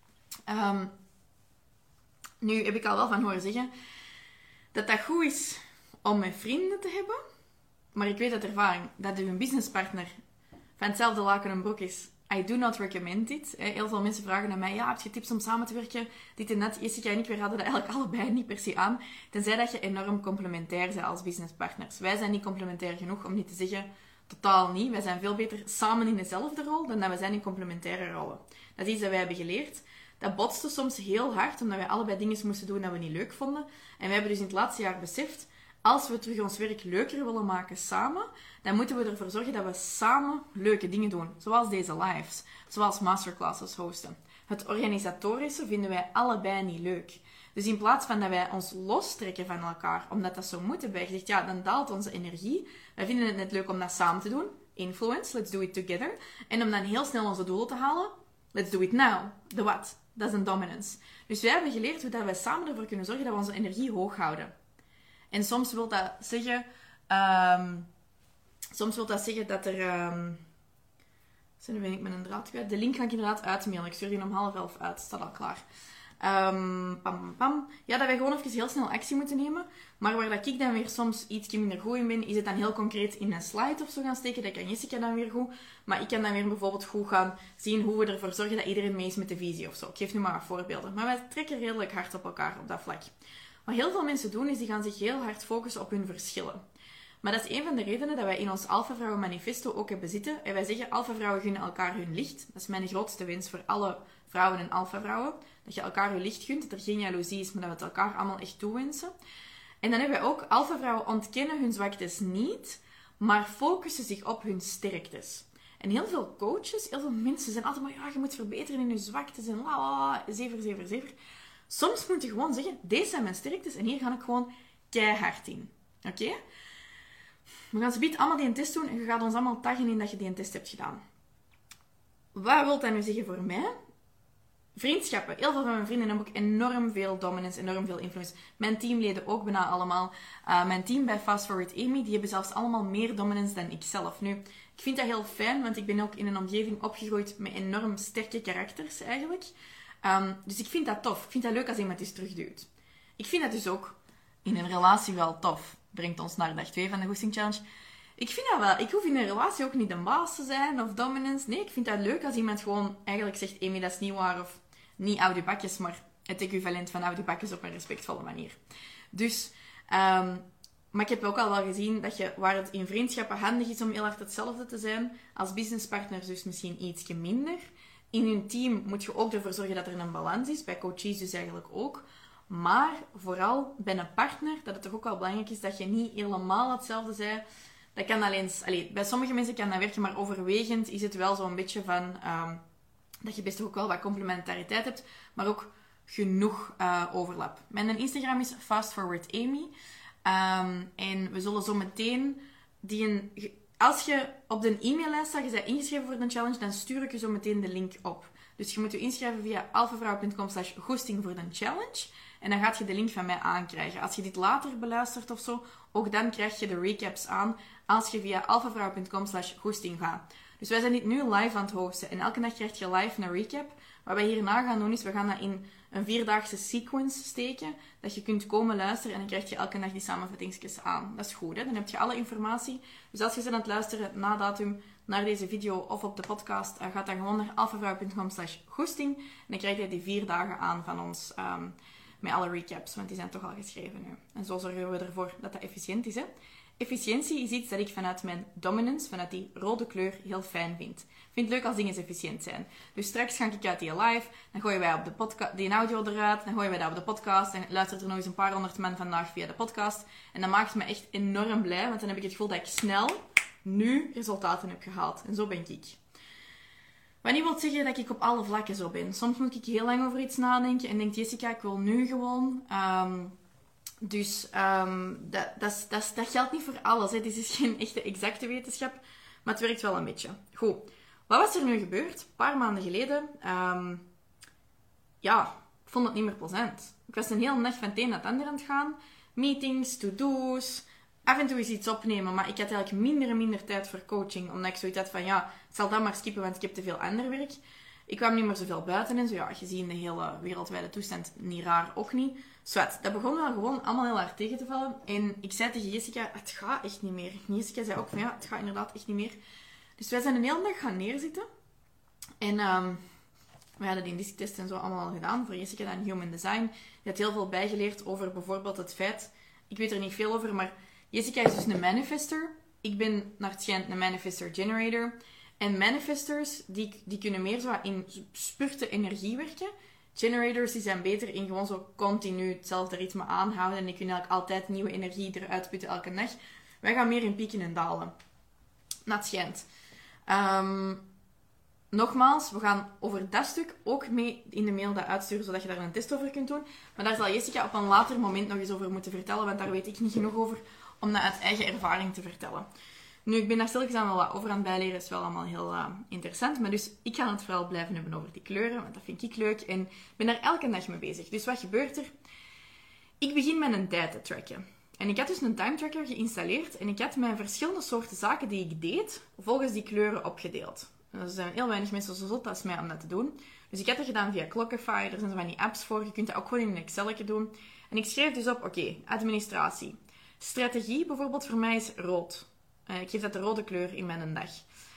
Nu heb ik al wel van horen zeggen dat goed is om met vrienden te hebben. Maar ik weet uit ervaring dat uw businesspartner van hetzelfde laken en broek is. I do not recommend it. Heel veel mensen vragen aan mij, ja, heb je tips om samen te werken? Dit en dat. Jessica en ik, we hadden dat eigenlijk allebei niet per se aan. Tenzij dat je enorm complementair bent als businesspartners. Wij zijn niet complementair genoeg om niet te zeggen, totaal niet. Wij zijn veel beter samen in dezelfde rol dan dat we zijn in complementaire rollen. Dat is iets dat wij hebben geleerd. Dat botste soms heel hard, omdat wij allebei dingen moesten doen dat we niet leuk vonden. En we hebben dus in het laatste jaar beseft, als we terug ons werk leuker willen maken samen, dan moeten we ervoor zorgen dat we samen leuke dingen doen. Zoals deze lives, zoals masterclasses hosten. Het organisatorische vinden wij allebei niet leuk. Dus in plaats van dat wij ons lostrekken van elkaar, omdat dat zo moet, hebben wij gezegd, ja, dan daalt onze energie. Wij vinden het net leuk om dat samen te doen. Influence, let's do it together. En om dan heel snel onze doelen te halen, let's do it now. De wat? Dat is een dominance. Dus wij hebben geleerd hoe dat wij samen ervoor kunnen zorgen dat we onze energie hoog houden. En soms wil dat zeggen dat er... Nu ben ik met een draad kwijt. De link ga ik inderdaad uitmailen. Ik stuur die om 10:30 uit. Staat al klaar. Ja, dat wij gewoon even heel snel actie moeten nemen. Maar waar dat ik dan weer soms iets minder goed in ben, is het dan heel concreet in een slide of zo gaan steken. Dat kan Jessica dan weer goed. Maar ik kan dan weer bijvoorbeeld goed gaan zien hoe we ervoor zorgen dat iedereen mee is met de visie of zo. Ik geef nu maar wat voorbeelden. Maar wij trekken redelijk hard op elkaar op dat vlak. Wat heel veel mensen doen, is die gaan zich heel hard focussen op hun verschillen. Maar dat is een van de redenen dat wij in ons Alpha Vrouwen Manifesto ook hebben zitten. En wij zeggen, Alpha Vrouwen gunnen elkaar hun licht. Dat is mijn grootste wens voor alle vrouwen en Alpha Vrouwen. Dat je elkaar hun licht gunt, dat er geen jaloezie is, maar dat we het elkaar allemaal echt toewensen. En dan hebben wij ook, Alpha Vrouwen ontkennen hun zwaktes niet, maar focussen zich op hun sterktes. En heel veel coaches, heel veel mensen zijn altijd maar, ja, je moet verbeteren in je zwaktes en zever. Soms moet je gewoon zeggen, deze zijn mijn sterktes en hier ga ik gewoon keihard in. Oké? We gaan zometeen allemaal die test doen en je gaat ons allemaal taggen in dat je die test hebt gedaan. Wat wil dat nu zeggen voor mij? Vriendschappen. Heel veel van mijn vrienden hebben ook enorm veel dominance, enorm veel influence. Mijn teamleden ook bijna allemaal. Mijn team bij Fast Forward Amy, die hebben zelfs allemaal meer dominance dan ik zelf. Nu, ik vind dat heel fijn, want ik ben ook in een omgeving opgegroeid met enorm sterke karakters eigenlijk. Dus ik vind dat tof. Ik vind dat leuk als iemand iets terugduwt. Ik vind dat dus ook in een relatie wel tof. Brengt ons naar dag 2 van de Goesting Challenge. Ik vind dat wel. Ik hoef in een relatie ook niet een baas te zijn of dominance. Nee, ik vind dat leuk als iemand gewoon eigenlijk zegt, Amy, dat is niet waar. Of niet oude bakjes, maar het equivalent van oude bakjes op een respectvolle manier. Dus Maar ik heb ook al wel gezien dat waar het in vriendschappen handig is om heel hard hetzelfde te zijn, als businesspartners dus misschien ietsje minder. In je team moet je ook ervoor zorgen dat er een balans is. Bij coaches dus eigenlijk ook. Maar vooral bij een partner, dat het toch ook wel belangrijk is dat je niet helemaal hetzelfde bent. Dat kan alleen... bij sommige mensen kan dat werken, maar overwegend is het wel zo'n beetje van... dat je best ook wel wat complementariteit hebt, maar ook genoeg overlap. Mijn Instagram is FastForwardAmy. En we zullen zo meteen als je op de e-maillijst staat, je bent ingeschreven voor de challenge, dan stuur ik je zo meteen de link op. Dus je moet je inschrijven via alphavrouw.com/goesting voor de challenge. En dan gaat je de link van mij aankrijgen. Als je dit later beluistert of zo, ook dan krijg je de recaps aan als je via alphavrouw.com/goesting gaat. Dus wij zijn dit nu live aan het hosten. En elke dag krijg je live een recap. Wat wij hierna gaan doen is, we gaan dat in een 4-daagse sequence steken. Dat je kunt komen luisteren en dan krijg je elke dag die samenvattingsjes aan. Dat is goed, hè? Dan heb je alle informatie. Dus als je bent aan het luisteren na datum naar deze video of op de podcast, gaat dan gewoon naar alphavrouw.com/goesting. En dan krijg je die 4 dagen aan van ons met alle recaps, want die zijn toch al geschreven nu. En zo zorgen we ervoor dat dat efficiënt is, hè? Efficiëntie is iets dat ik vanuit mijn dominance, vanuit die rode kleur, heel fijn vind. Ik vind het leuk als dingen efficiënt zijn. Dus straks ga ik uit die live, dan gooien wij op de podcast, die audio eruit, dan gooien wij dat op de podcast, en luistert er nog eens een paar honderd man vandaag via de podcast. En dat maakt me echt enorm blij, want dan heb ik het gevoel dat ik snel nu resultaten heb gehaald. En zo ben ik. Wat niet wil zeggen dat ik op alle vlakken zo ben. Soms moet ik heel lang over iets nadenken en denk Jessica, ik wil nu gewoon... dat geldt niet voor alles. Hè. Dit is geen echte exacte wetenschap, maar het werkt wel een beetje. Goed. Wat was er nu gebeurd? Een paar maanden geleden. Ik vond het niet meer plezant. Ik was een hele nacht van het een naar het ander aan het gaan. Meetings, to-do's. Af en toe eens iets opnemen, maar ik had eigenlijk minder en minder tijd voor coaching. Omdat ik zoiets had van, ik zal dat maar skippen, want ik heb te veel ander werk. Ik kwam niet meer zoveel buiten en zo. Gezien de hele wereldwijde toestand, niet raar, ook niet. Zwat, dat begon wel gewoon allemaal heel hard tegen te vallen. En ik zei tegen Jessica, het gaat echt niet meer. En Jessica zei ook van, het gaat inderdaad echt niet meer. Dus wij zijn een hele dag gaan neerzitten. En we hadden die disktest en zo allemaal al gedaan. Voor Jessica dan Human Design. Die had heel veel bijgeleerd over bijvoorbeeld het feit... Ik weet er niet veel over, maar Jessica is dus een manifester. Ik ben naar het schijnt een manifester generator. En manifestors, die kunnen meer zo in spurten energie werken. Generators die zijn beter in gewoon zo continu hetzelfde ritme aanhouden. En die kunnen eigenlijk altijd nieuwe energie eruit putten elke dag. Wij gaan meer in pieken en dalen. Dat schijnt. Nogmaals, we gaan over dat stuk ook mee in de mail dat uitsturen, zodat je daar een test over kunt doen. Maar daar zal Jessica op een later moment nog eens over moeten vertellen, want daar weet ik niet genoeg over om dat uit eigen ervaring te vertellen. Nu, ik ben daar stilletjes aan wel wat over aan het bijleren. Dat is wel allemaal heel interessant. Maar dus, ik ga het vooral blijven hebben over die kleuren, want dat vind ik leuk. En ik ben daar elke dag mee bezig. Dus wat gebeurt er? Ik begin met een tijd te tracken. En ik had dus een time tracker geïnstalleerd. En ik had mijn verschillende soorten zaken die ik deed, volgens die kleuren opgedeeld. Er zijn heel weinig mensen zo zot als mij om dat te doen. Dus ik had dat gedaan via Clockify. Er zijn zo van die apps voor. Je kunt dat ook gewoon in een Excel doen. En ik schreef dus op, administratie. Strategie bijvoorbeeld voor mij is rood. Ik geef dat de rode kleur in mijn dag.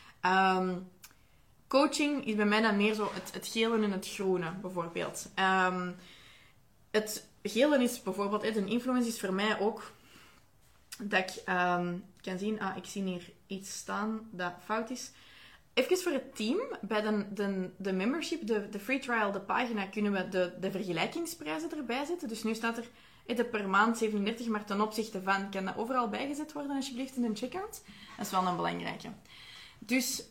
Coaching is bij mij dan meer zo het gele en het groene, bijvoorbeeld. Het gele is bijvoorbeeld... Een influence is voor mij ook... Dat ik kan zien... ik zie hier iets staan dat fout is. Even voor het team. Bij de membership, de free trial, de pagina, kunnen we de vergelijkingsprijzen erbij zetten. Dus nu staat er... per maand 37, maar ten opzichte van... Kan dat overal bijgezet worden, alsjeblieft, in een checkout? Dat is wel een belangrijke. Dus,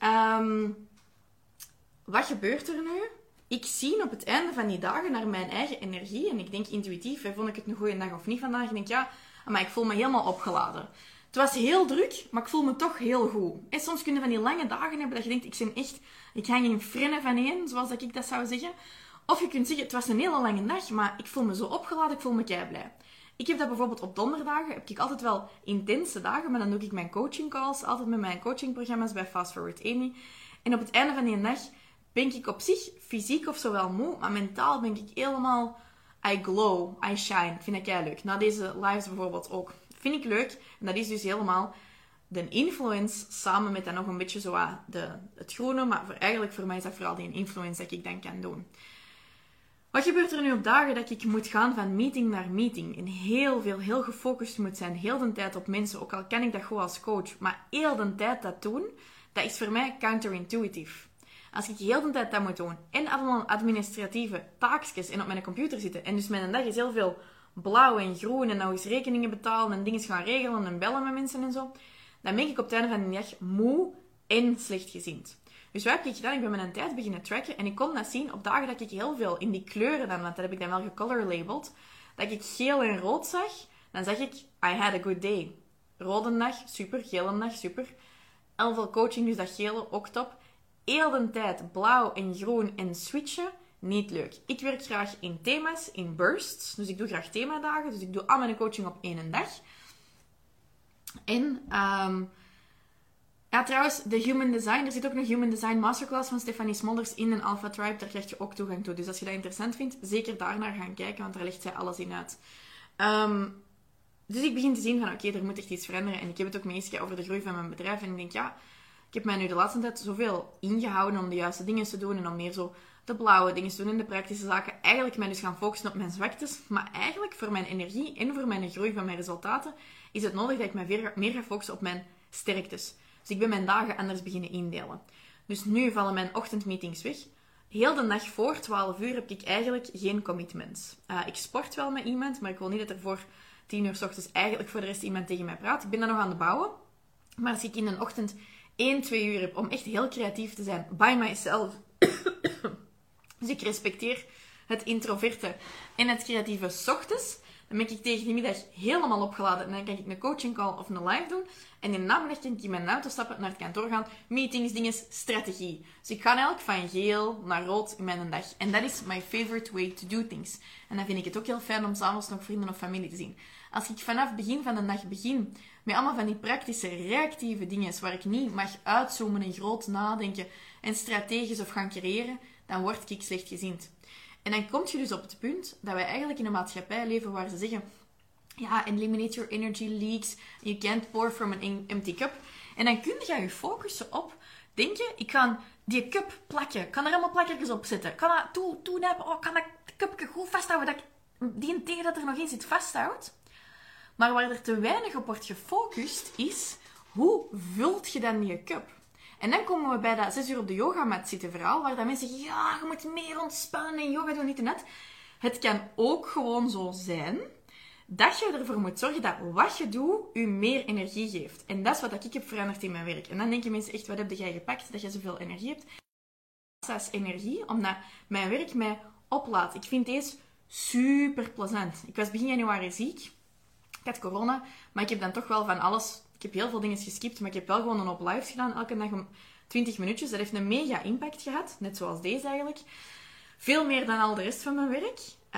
wat gebeurt er nu? Ik zie op het einde van die dagen naar mijn eigen energie. En ik denk intuïtief, vond ik het een goede dag of niet vandaag? Ik denk, maar ik voel me helemaal opgeladen. Het was heel druk, maar ik voel me toch heel goed. En soms kun je van die lange dagen hebben dat je denkt, ik hang in frennen van één, zoals ik dat zou zeggen. Of je kunt zeggen, het was een hele lange dag, maar ik voel me zo opgeladen, ik voel me keiblij. Ik heb dat bijvoorbeeld op donderdagen, heb ik altijd wel intense dagen, maar dan doe ik mijn coaching calls, altijd met mijn coachingprogramma's bij FastForwardAmy. En op het einde van die dag ben ik op zich fysiek of zo wel moe, maar mentaal ben ik helemaal, I glow, I shine. Ik vind dat keileuk. Na deze lives bijvoorbeeld ook. Vind ik leuk. En dat is dus helemaal de influence samen met dan nog een beetje zo het groene, maar eigenlijk voor mij is dat vooral die influence dat ik dan kan doen. Wat gebeurt er nu op dagen dat ik moet gaan van meeting naar meeting en heel gefocust moet zijn, heel de tijd op mensen, ook al ken ik dat goed als coach, maar heel de tijd dat doen, dat is voor mij counterintuitive. Als ik heel de tijd dat moet doen en allemaal administratieve taakjes en op mijn computer zitten en dus mijn dag is heel veel blauw en groen en nou eens rekeningen betalen en dingen gaan regelen en bellen met mensen en zo, dan ben ik op het einde van de dag moe en slechtgezind. Dus wat heb ik gedaan? Ik ben mijn tijd beginnen tracken en ik kon dat zien op dagen dat ik heel veel in die kleuren dan, want dat heb ik dan wel gecolor labeled, dat ik geel en rood zag, dan zag ik, I had a good day. Rode dag, super. Gele dag, super. Heel veel coaching, dus dat gele, ook top. Heel de tijd blauw en groen en switchen, niet leuk. Ik werk graag in thema's, in bursts, dus ik doe graag themadagen, dus ik doe al mijn coaching op één dag. En, ja, trouwens, de Human Design. Er zit ook een Human Design Masterclass van Stefanie Smolders in een Alpha Tribe. Daar krijg je ook toegang toe. Dus als je dat interessant vindt, zeker daarnaar gaan kijken, want daar legt zij alles in uit. Dus ik begin te zien van, oké, er moet echt iets veranderen. En ik heb het ook meegekregen over de groei van mijn bedrijf. En ik denk, ja, ik heb mij nu de laatste tijd zoveel ingehouden om de juiste dingen te doen. En om meer zo de blauwe dingen te doen en de praktische zaken. Eigenlijk mij dus gaan focussen op mijn zwaktes. Maar eigenlijk voor mijn energie en voor mijn groei van mijn resultaten is het nodig dat ik mij meer ga focussen op mijn sterktes. Dus ik ben mijn dagen anders beginnen indelen. Dus nu vallen mijn ochtendmeetings weg. Heel de dag voor 12 uur heb ik eigenlijk geen commitments. Ik sport wel met iemand, maar ik wil niet dat er voor 10 uur 's ochtends eigenlijk voor de rest iemand tegen mij praat. Ik ben dan nog aan het bouwen. Maar als ik in de ochtend 1-2 uur heb om echt heel creatief te zijn, by myself. Dus ik respecteer het introverte en het creatieve 's ochtends. Dan ben ik tegen de middag helemaal opgeladen. En dan kan ik een coaching call of een live doen. En in de namiddag kan ik in mijn auto stappen, naar het kantoor gaan. Meetings, dingen, strategie. Dus ik ga eigenlijk van geel naar rood in mijn dag. En dat is my favorite way to do things. En dan vind ik het ook heel fijn om s'avonds nog vrienden of familie te zien. Als ik vanaf het begin van de dag begin met allemaal van die praktische, reactieve dingen waar ik niet mag uitzoomen en groot nadenken en strategisch of gaan creëren, dan word ik slechtgezind. En dan kom je dus op het punt dat wij eigenlijk in een maatschappij leven waar ze zeggen, ja, eliminate your energy leaks, you can't pour from an empty cup. En dan kun je focussen op, denk je, ik ga die cup plakken, ik kan er allemaal plakkertjes op zetten, ik kan dat toenappen, kan dat cupje goed vasthouden, dat ik die thee dat er nog in zit vasthoud. Maar waar er te weinig op wordt gefocust is, hoe vult je dan die cup? En dan komen we bij dat 6 uur op de yogamat zitten verhaal, waar dat mensen zeggen, ja, je moet meer ontspannen en yoga doen, niet en net. Het kan ook gewoon zo zijn dat je ervoor moet zorgen dat wat je doet, je meer energie geeft. En dat is wat ik heb veranderd in mijn werk. En dan denken mensen echt, wat heb jij gepakt dat je zoveel energie hebt? Dat is energie, omdat mijn werk mij oplaat. Ik vind deze super plezant. Ik was begin januari ziek. Ik had corona, maar ik heb dan toch wel van alles... Ik heb heel veel dingen geskipt, maar ik heb wel gewoon een op lives gedaan. Elke dag om 20 minuutjes. Dat heeft een mega impact gehad. Net zoals deze eigenlijk. Veel meer dan al de rest van mijn werk.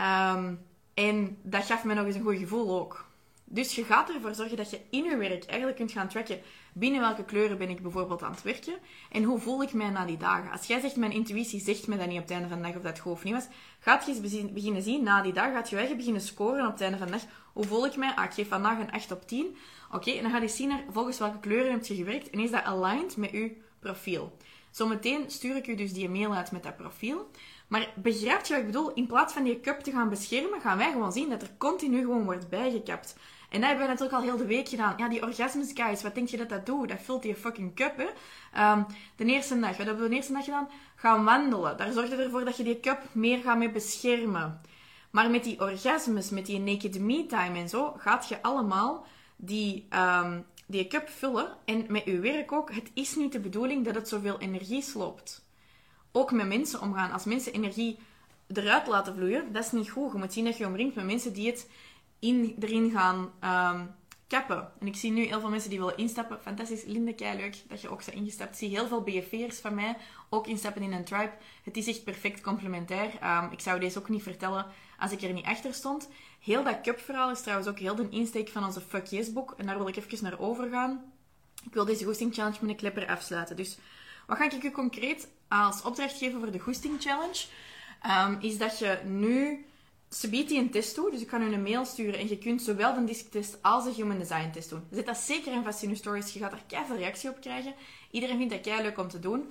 En dat gaf me nog eens een goed gevoel ook. Dus je gaat ervoor zorgen dat je in je werk eigenlijk kunt gaan tracken binnen welke kleuren ben ik bijvoorbeeld aan het werken en hoe voel ik mij na die dagen. Als jij zegt, mijn intuïtie zegt me dat niet op het einde van de dag of dat goed of niet was, gaat je eens beginnen zien, na die dag gaat je eigen beginnen scoren op het einde van de dag. Hoe voel ik mij? Ik geef vandaag een 8 op 10. Oké, en dan ga je zien naar volgens welke kleuren heb je gewerkt en is dat aligned met je profiel. Zometeen stuur ik u dus die mail uit met dat profiel. Maar begrijp je wat ik bedoel? In plaats van die cup te gaan beschermen, gaan wij gewoon zien dat er continu gewoon wordt bijgekapt. En dat hebben we natuurlijk al heel de week gedaan. Ja, die orgasmes, guys, wat denk je dat dat doet? Dat vult die fucking cup, hè. De eerste dag, wat hebben we de eerste dag gedaan? Gaan wandelen. Daar zorg je ervoor dat je die cup meer gaat mee beschermen. Maar met die orgasmes, met die naked me time en zo, gaat je allemaal die cup vullen. En met je werk ook. Het is niet de bedoeling dat het zoveel energie sloopt. Ook met mensen omgaan. Als mensen energie eruit laten vloeien, dat is niet goed. Je moet zien dat je omringt met mensen die het erin gaan kappen. En ik zie nu heel veel mensen die willen instappen. Fantastisch, Linde, keileuk dat je ook zo ingestapt. Ik zie heel veel BF'ers van mij ook instappen in een tribe. Het is echt perfect complementair. Ik zou deze ook niet vertellen als ik er niet achter stond. Heel dat cup-verhaal is trouwens ook heel de insteek van onze Fuck Yes boek. En daar wil ik even naar overgaan. Ik wil deze Goesting Challenge met een klepper afsluiten. Dus wat ga ik u concreet als opdracht geven voor de Goesting Challenge? Is dat je nu... Ze biedt die een test toe, dus ik kan u een mail sturen en je kunt zowel de DISC-test als de Human Design test doen. Zet dat zeker en vast in je stories, je gaat er keiveel reactie op krijgen. Iedereen vindt dat keileuk om te doen.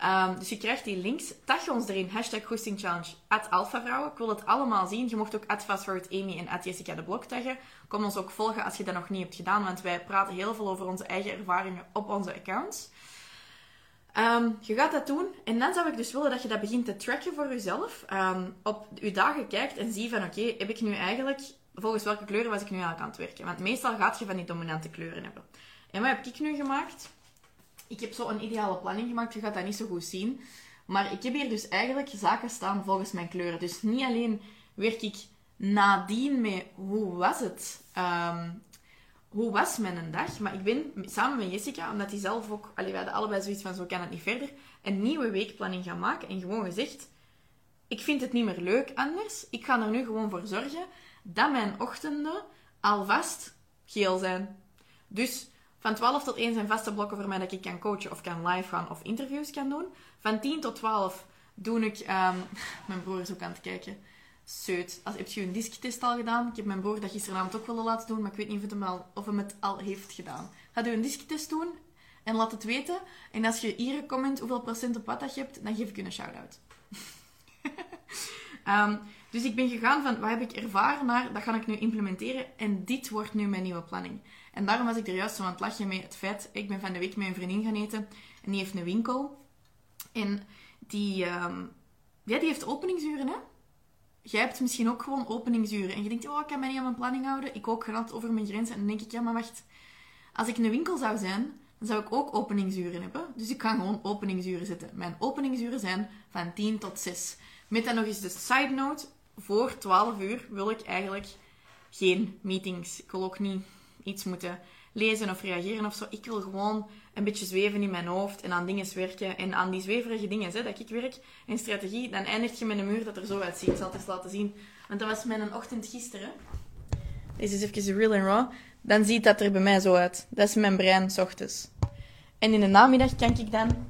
Dus je krijgt die links. Tag ons erin. #goestingchallenge @alphavrouwen. Ik wil het allemaal zien. Je mocht ook @fastforwardamy en @Jessica de Blok taggen. Kom ons ook volgen als je dat nog niet hebt gedaan. Want wij praten heel veel over onze eigen ervaringen op onze accounts. Je gaat dat doen. En dan zou ik dus willen dat je dat begint te tracken voor jezelf. Op je dagen kijkt en zie van oké, heb ik nu eigenlijk... Volgens welke kleuren was ik nu eigenlijk aan het werken? Want meestal gaat je van die dominante kleuren hebben. En wat heb ik nu gemaakt? Ik heb zo een ideale planning gemaakt. Je gaat dat niet zo goed zien. Maar ik heb hier dus eigenlijk zaken staan volgens mijn kleuren. Dus niet alleen werk ik nadien met hoe was het... hoe was mijn dag? Maar ik ben samen met Jessica, omdat die zelf ook... we hadden allebei zoiets van, zo kan het niet verder. Een nieuwe weekplanning gaan maken. En gewoon gezegd... Ik vind het niet meer leuk anders. Ik ga er nu gewoon voor zorgen dat mijn ochtenden alvast geel zijn. Dus van 12 tot 1 zijn vaste blokken voor mij dat ik kan coachen of kan live gaan of interviews kan doen. Van 10 tot 12 doe ik... mijn broer is ook aan het kijken. Zeut. Heb je een disktest al gedaan? Ik heb mijn broer dat gisteravond ook willen laten doen, maar ik weet niet of hem het al heeft gedaan. Ga je een disktest doen en laat het weten. En als je hier comment hoeveel procent op wat dat je hebt, dan geef ik je een shout-out. Dus ik ben gegaan van, wat heb ik ervaren naar, dat ga ik nu implementeren. En dit wordt nu mijn nieuwe planning. En daarom was ik er juist zo aan het lachen met het feit, ik ben van de week met een vriendin gaan eten. En die heeft een winkel. En die heeft openingsuren, hè. Jij hebt misschien ook gewoon openingsuren. En je denkt, ik kan mij niet aan mijn planning houden. Ik ook gaat over mijn grenzen. En dan denk ik, ja, maar wacht. Als ik een winkel zou zijn, dan zou ik ook openingsuren hebben. Dus ik kan gewoon openingsuren zetten. Mijn openingsuren zijn van 10 tot 6. Met dan nog eens de side note. Voor 12 uur wil ik eigenlijk geen meetings. Ik wil ook niet iets moeten lezen of reageren of zo. Ik wil gewoon een beetje zweven in mijn hoofd en aan dingen werken. En aan die zweverige dingen, dat ik werk en strategie, dan eindig je met een muur dat er zo uitziet. Ik zal het eens laten zien. Want dat was mijn ochtend gisteren. Deze is even real and raw. Dan ziet dat er bij mij zo uit. Dat is mijn brein, 's ochtends. En in de namiddag kan ik dan...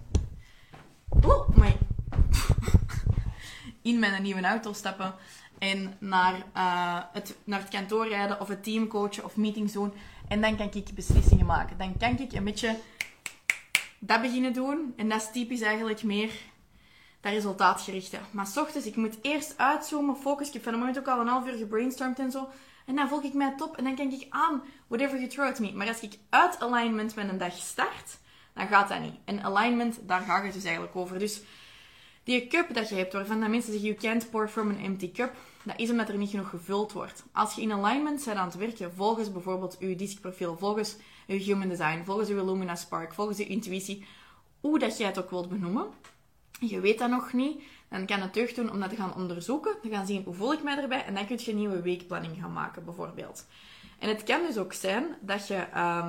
in mijn nieuwe auto stappen en naar het kantoor rijden of het team coachen of meetings doen. En dan kan ik beslissingen maken. Dan kan ik een beetje dat beginnen doen. En dat is typisch eigenlijk meer dat resultaatgerichte. Maar 's ochtends, ik moet eerst uitzoomen, focussen. Ik heb van het moment ook al een half uur gebrainstormd en zo. En dan volg ik mij top en dan kan ik aan whatever you throw at me. Maar als ik uit alignment met een dag start, dan gaat dat niet. En alignment, daar gaat het dus eigenlijk over. Dus die cup dat je hebt, waarvan dat mensen zeggen, you can't pour from an empty cup, dat is omdat er niet genoeg gevuld wordt. Als je in alignment bent aan het werken, volgens bijvoorbeeld je diskprofiel, volgens je human design, volgens je Lumina Spark, volgens je intuïtie, hoe dat jij het ook wilt benoemen, je weet dat nog niet, dan kan het deugd doen om dat te gaan onderzoeken, te gaan zien hoe voel ik mij erbij, en dan kun je een nieuwe weekplanning gaan maken, bijvoorbeeld. En het kan dus ook zijn dat je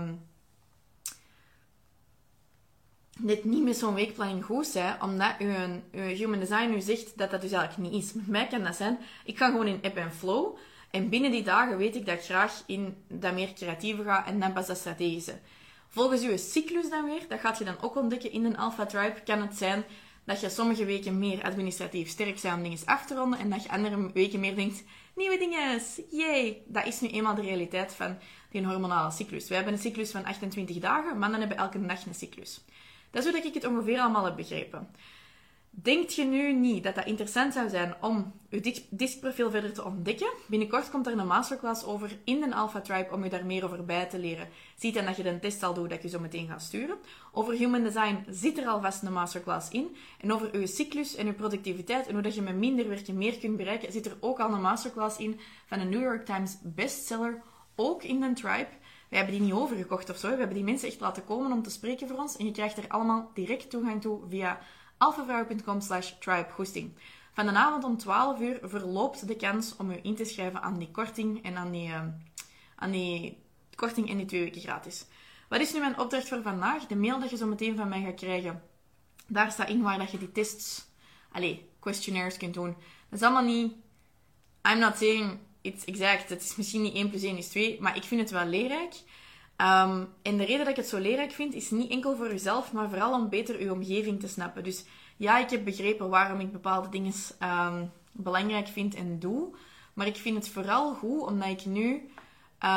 dit niet met zo'n weekplanning goed zijn, omdat je human design u zegt dat dat dus eigenlijk niet is. Met mij kan dat zijn, ik ga gewoon in ebb en flow, en binnen die dagen weet ik dat ik graag in dat meer creatieve ga, en dan pas dat strategische. Volgens je cyclus dan weer, dat gaat je dan ook ontdekken in een Alpha Tribe, kan het zijn dat je sommige weken meer administratief sterk bent om dingen af te ronden, en dat je andere weken meer denkt, nieuwe dingen, yay! Dat is nu eenmaal de realiteit van die hormonale cyclus. Wij hebben een cyclus van 28 dagen, mannen hebben elke dag een cyclus. Dat is hoe ik het ongeveer allemaal heb begrepen. Denkt je nu niet dat dat interessant zou zijn om je diskprofiel verder te ontdekken? Binnenkort komt er een masterclass over in de Alpha Tribe om je daar meer over bij te leren. Zie dan dat je een test al doet dat je zo meteen gaat sturen. Over Human Design zit er alvast een masterclass in. En over je cyclus en je productiviteit en hoe dat je met minder werken meer kunt bereiken, zit er ook al een masterclass in van een New York Times bestseller, ook in de Tribe. We hebben die niet overgekocht of zo. We hebben die mensen echt laten komen om te spreken voor ons. En je krijgt er allemaal direct toegang toe via alphavrouwen.com/tribegoesting. Van de avond om 12 uur verloopt de kans om je in te schrijven aan die korting en aan die korting en die 2 weken gratis. Wat is nu mijn opdracht voor vandaag? De mail dat je zo meteen van mij gaat krijgen. Daar staat in waar dat je die tests, questionnaires kunt doen. Dat is allemaal niet... I'm not saying it's exact. Het is misschien niet 1 + 1 = 2, maar ik vind het wel leerrijk. En de reden dat ik het zo leerrijk vind, is niet enkel voor jezelf, maar vooral om beter je omgeving te snappen. Dus ja, ik heb begrepen waarom ik bepaalde dingen belangrijk vind en doe. Maar ik vind het vooral goed, omdat ik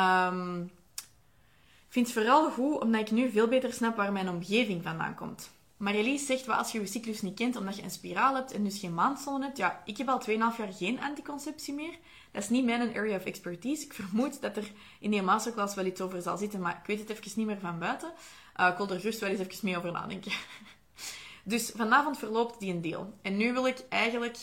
nu... veel beter snap waar mijn omgeving vandaan komt. Marjolein zegt, wat als je je cyclus niet kent omdat je een spiraal hebt en dus geen maandstonden hebt? Ja, ik heb al 2,5 jaar geen anticonceptie meer. Dat is niet mijn area of expertise. Ik vermoed dat er in die masterclass wel iets over zal zitten, maar ik weet het even niet meer van buiten. Ik wil er gerust wel eens even mee over nadenken. Dus vanavond verloopt die een deel. En nu wil ik eigenlijk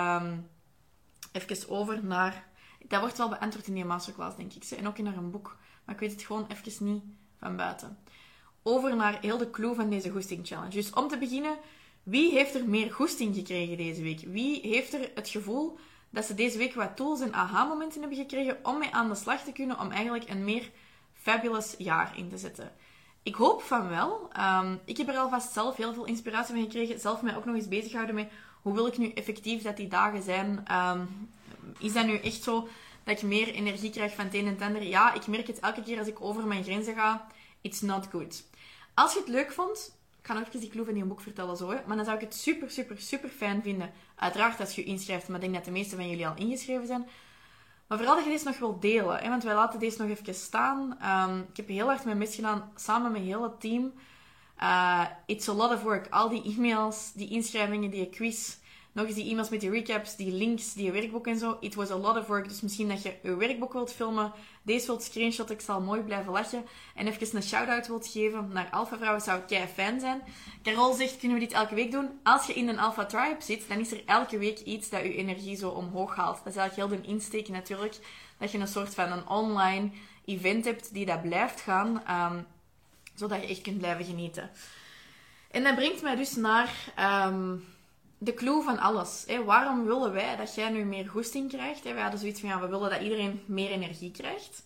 even over naar... Dat wordt wel beantwoord in die masterclass, denk ik. En ook in naar een boek. Maar ik weet het gewoon even niet van buiten. Over naar heel de clue van deze goesting challenge. Dus om te beginnen, wie heeft er meer goesting gekregen deze week? Wie heeft er het gevoel dat ze deze week wat tools en aha-momenten hebben gekregen om mee aan de slag te kunnen om eigenlijk een meer fabulous jaar in te zetten? Ik hoop van wel. Ik heb er alvast zelf heel veel inspiratie van gekregen. Zelf mij ook nog eens bezig houden met hoe wil ik nu effectief dat die dagen zijn. Is dat nu echt zo dat ik meer energie krijg van het een en het ander? Ja, ik merk het elke keer als ik over mijn grenzen ga. It's not good. Als je het leuk vond, ik ga nog even die clue van die boek vertellen zo, hè, maar dan zou ik het super, super, super fijn vinden. Uiteraard als je je inschrijft, maar ik denk dat de meeste van jullie al ingeschreven zijn. Maar vooral dat je deze nog wilt delen, hè, want wij laten deze nog even staan. Ik heb heel hard mijn best gedaan, samen met heel het team. It's a lot of work. Al die e-mails, die inschrijvingen, die quiz, nog eens die e-mails met die recaps, die links, die werkboek en zo. It was a lot of work. Dus misschien dat je je werkboek wilt filmen, deze wilt screenshotten, ik zal mooi blijven lachen. En even een shout-out wilt geven naar Alpha Vrouwen, zou ik kei fijn zijn. Carol zegt, kunnen we dit elke week doen? Als je in een Alpha Tribe zit, dan is er elke week iets dat je energie zo omhoog haalt. Dat is eigenlijk heel de insteek natuurlijk. Dat je een soort van een online event hebt die dat blijft gaan, zodat je echt kunt blijven genieten. En dat brengt mij dus naar... de clue van alles. Hè. Waarom willen wij dat jij nu meer goesting krijgt? Hè? Wij hadden zoiets van, we willen dat iedereen meer energie krijgt.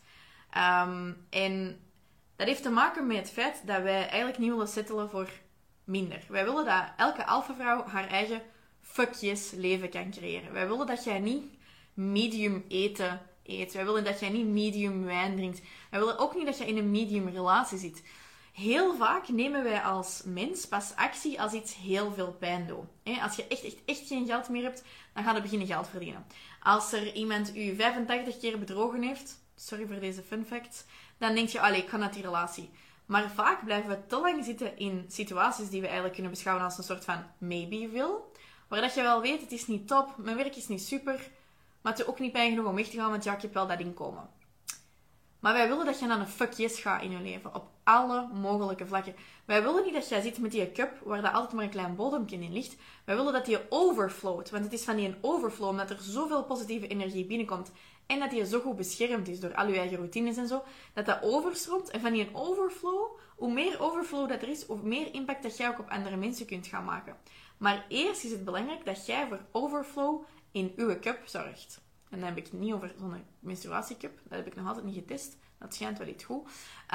En dat heeft te maken met het feit dat wij eigenlijk niet willen settelen voor minder. Wij willen dat elke alpha-vrouw haar eigen fuck yes leven kan creëren. Wij willen dat jij niet medium eten eet. Wij willen dat jij niet medium wijn drinkt. Wij willen ook niet dat jij in een medium relatie zit. Heel vaak nemen wij als mens pas actie als iets heel veel pijn doet. Als je echt geen geld meer hebt, dan ga je beginnen geld verdienen. Als er iemand u 85 keer bedrogen heeft, sorry voor deze fun facts, dan denk je, ik ga naar die relatie. Maar vaak blijven we te lang zitten in situaties die we eigenlijk kunnen beschouwen als een soort van maybe-will. Waar dat je wel weet, het is niet top, mijn werk is niet super, maar het is ook niet pijn genoeg om weg te gaan, want ik heb wel dat inkomen. Maar wij willen dat je naar een fuck yes gaat in je leven. Op alle mogelijke vlakken. Wij willen niet dat jij zit met die cup waar dat altijd maar een klein bodempje in ligt. Wij willen dat die overflowt. Want het is van die overflow, omdat er zoveel positieve energie binnenkomt. En dat die zo goed beschermd is door al je eigen routines en zo. Dat overstroomt. En van die overflow, hoe meer overflow dat er is, hoe meer impact dat jij ook op andere mensen kunt gaan maken. Maar eerst is het belangrijk dat jij voor overflow in uw cup zorgt. En dan heb ik het niet over zo'n menstruatiecup. Dat heb ik nog altijd niet getest. Dat schijnt wel iets goed.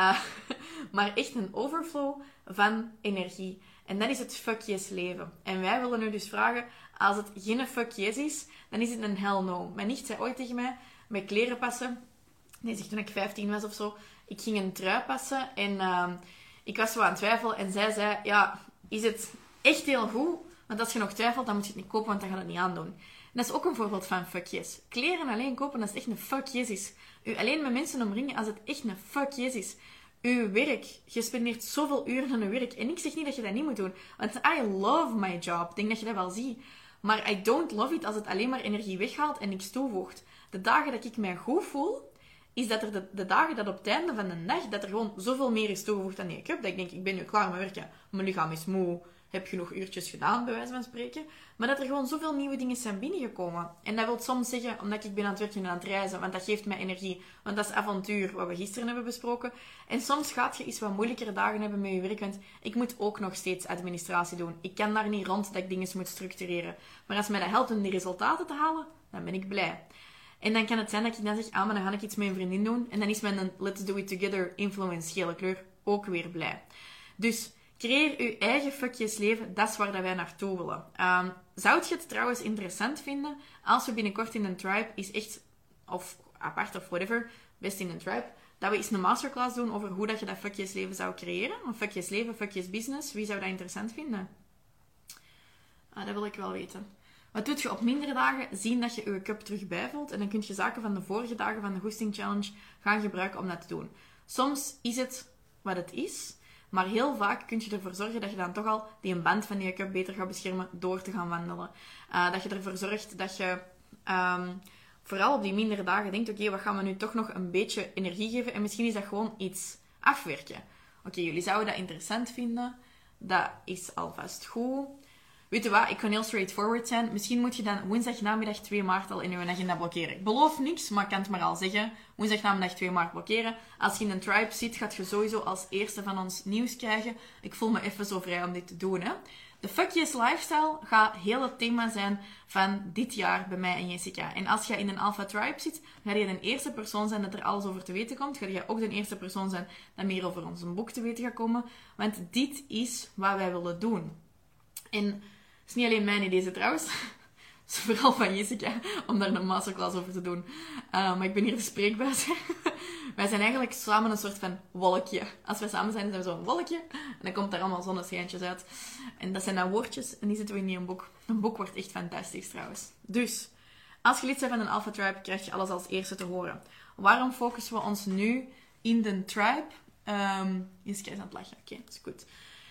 Maar echt een overflow van energie. En dat is het fuck yes leven. En wij willen nu dus vragen, als het geen fuck yes is, dan is het een hell no. Mijn nicht zei ooit tegen mij, met kleren passen. Nee, zegt toen ik 15 was of zo. Ik ging een trui passen en ik was zo aan het twijfelen. En zij zei, is het echt heel goed? Want als je nog twijfelt, dan moet je het niet kopen, want dan gaat het niet aandoen. En dat is ook een voorbeeld van fuck yes. Kleren alleen kopen, als het echt een fuck yes is. U alleen met mensen omringen als het echt een fuck yes is. Uw werk. Je spendeert zoveel uren aan je werk. En ik zeg niet dat je dat niet moet doen. Want I love my job. Ik denk dat je dat wel ziet. Maar I don't love it als het alleen maar energie weghaalt en niks toevoegt. De dagen dat ik mij goed voel, is dat er de dagen dat op het einde van de dag, dat er gewoon zoveel meer is toegevoegd aan die cup. Dat ik denk, ik ben nu klaar met werken. Mijn lichaam is moe. Heb genoeg uurtjes gedaan, bij wijze van spreken. Maar dat er gewoon zoveel nieuwe dingen zijn binnengekomen. En dat wil soms zeggen, omdat ik ben aan het werken en aan het reizen, want dat geeft mij energie. Want dat is avontuur, wat we gisteren hebben besproken. En soms gaat je iets wat moeilijkere dagen hebben met je werk, want ik moet ook nog steeds administratie doen. Ik kan daar niet rond dat ik dingen moet structureren. Maar als mij dat helpt om die resultaten te halen, dan ben ik blij. En dan kan het zijn dat ik dan zeg, maar dan ga ik iets met een vriendin doen. En dan is mijn let's do it together influence gele kleur ook weer blij. Dus... creëer je eigen fuckjes leven, dat is waar dat wij naartoe willen. Zou je het trouwens interessant vinden als we binnenkort in een tribe is echt, of apart of whatever, best in een tribe, dat we eens een masterclass doen over hoe dat je dat fuckjes leven zou creëren? Een fuckjes leven, fuckjes business, wie zou dat interessant vinden? Dat wil ik wel weten. Wat doet je op mindere dagen? Zien dat je je cup terug bijvult en dan kun je zaken van de vorige dagen van de Goesting Challenge gaan gebruiken om dat te doen. Soms is het wat het is. Maar heel vaak kun je ervoor zorgen dat je dan toch al die een band van die cup beter gaat beschermen door te gaan wandelen. Dat je ervoor zorgt dat je vooral op die mindere dagen denkt, oké, wat gaan we nu toch nog een beetje energie geven? En misschien is dat gewoon iets afwerken. Oké, jullie zouden dat interessant vinden. Dat is alvast goed. Weet je wat, ik kan heel straightforward zijn. Misschien moet je dan woensdagnamiddag 2 maart al in je agenda blokkeren. Ik beloof niks, maar ik kan het maar al zeggen. Woensdagnamiddag 2 maart blokkeren. Als je in een tribe zit, gaat je sowieso als eerste van ons nieuws krijgen. Ik voel me even zo vrij om dit te doen, hè. De Fuck Yes Lifestyle gaat heel het thema zijn van dit jaar bij mij en Jessica. En als je in een Alpha Tribe zit, ga je de eerste persoon zijn dat er alles over te weten komt. Ga je ook de eerste persoon zijn dat meer over ons boek te weten gaat komen. Want dit is wat wij willen doen. En het is niet alleen mijn idee trouwens. Het is vooral van Jessica om daar een masterclass over te doen. Maar ik ben hier de spreekbuis. Wij zijn eigenlijk samen een soort van wolkje. Als wij samen zijn we zo'n wolkje. En dan komt daar allemaal zonneschijntjes uit. En dat zijn dan woordjes. En die zitten we in een boek. Een boek wordt echt fantastisch trouwens. Dus, als je lid bent van een Alpha Tribe, krijg je alles als eerste te horen. Waarom focussen we ons nu in de tribe? Jessica is aan het lachen. Oké, dat is goed.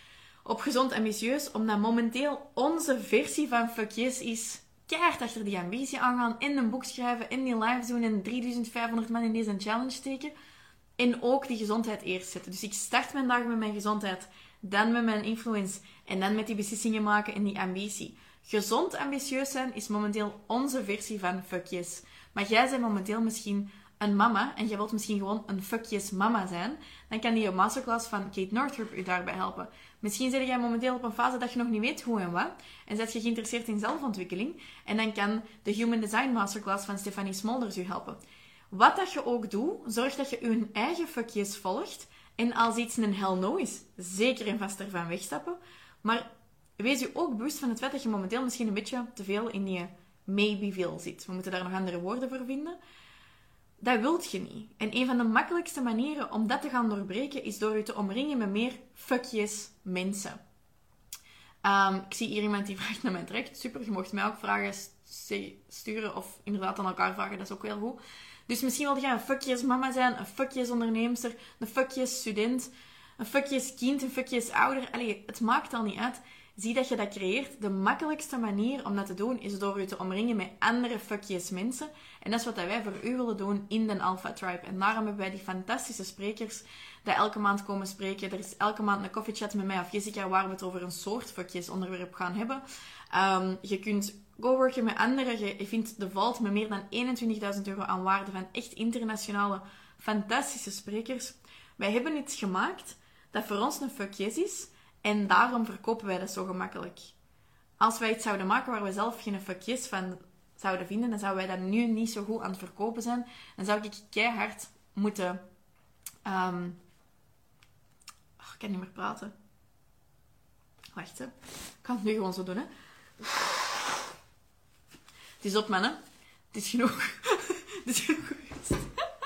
Op gezond ambitieus, omdat momenteel onze versie van Fuck Yes is keihard achter die ambitie aangaan, in een boek schrijven, in die live doen en 3500 man in deze challenge steken. En ook die gezondheid eerst zetten. Dus ik start mijn dag met mijn gezondheid, dan met mijn influence en dan met die beslissingen maken en die ambitie. Gezond ambitieus zijn is momenteel onze versie van Fuck Yes. Maar jij bent momenteel misschien een mama en jij wilt misschien gewoon een Fuck Yes mama zijn, dan kan die masterclass van Kate Northrup u daarbij helpen. Misschien zit jij momenteel op een fase dat je nog niet weet hoe en wat en zet je geïnteresseerd in zelfontwikkeling en dan kan de Human Design Masterclass van Stefanie Smolders u helpen. Wat dat je ook doet, zorg dat je je eigen Fuck Yes volgt en als iets een hell no is, zeker en vast ervan wegstappen. Maar wees je ook bewust van het feit dat je momenteel misschien een beetje te veel in die maybe-veel zit. We moeten daar nog andere woorden voor vinden. Dat wilt je niet. En een van de makkelijkste manieren om dat te gaan doorbreken is door je te omringen met meer Fuck Yes mensen. Ik zie hier iemand die vraagt naar mijn traject. Super, je mocht mij ook vragen sturen of inderdaad aan elkaar vragen. Dat is ook heel goed. Dus misschien wil je een Fuck Yes mama zijn, een Fuck Yes onderneemster, een Fuck Yes student, een Fuck Yes kind, een Fuck Yes ouder. Allee, het maakt al niet uit. Zie dat je dat creëert. De makkelijkste manier om dat te doen is door je te omringen met andere Fuck Yes mensen. En dat is wat wij voor u willen doen in de Alpha Tribe. En daarom hebben wij die fantastische sprekers die elke maand komen spreken. Er is elke maand een koffiechat met mij of Jessica waar we het over een soort Fuck Yes onderwerp gaan hebben. Je kunt coworken met anderen. Je vindt de Vault met meer dan €21.000 aan waarde van echt internationale fantastische sprekers. Wij hebben iets gemaakt dat voor ons een Fuck Yes is. En daarom verkopen wij dat zo gemakkelijk. Als wij iets zouden maken waar we zelf geen Fuck Yes van zouden vinden, dan zouden wij dat nu niet zo goed aan het verkopen zijn. Dan zou ik keihard moeten... ik kan niet meer praten. Wacht, hè. Ik kan het nu gewoon zo doen, hè. Het is op, man, hè. Het is genoeg. Het is genoeg geweest.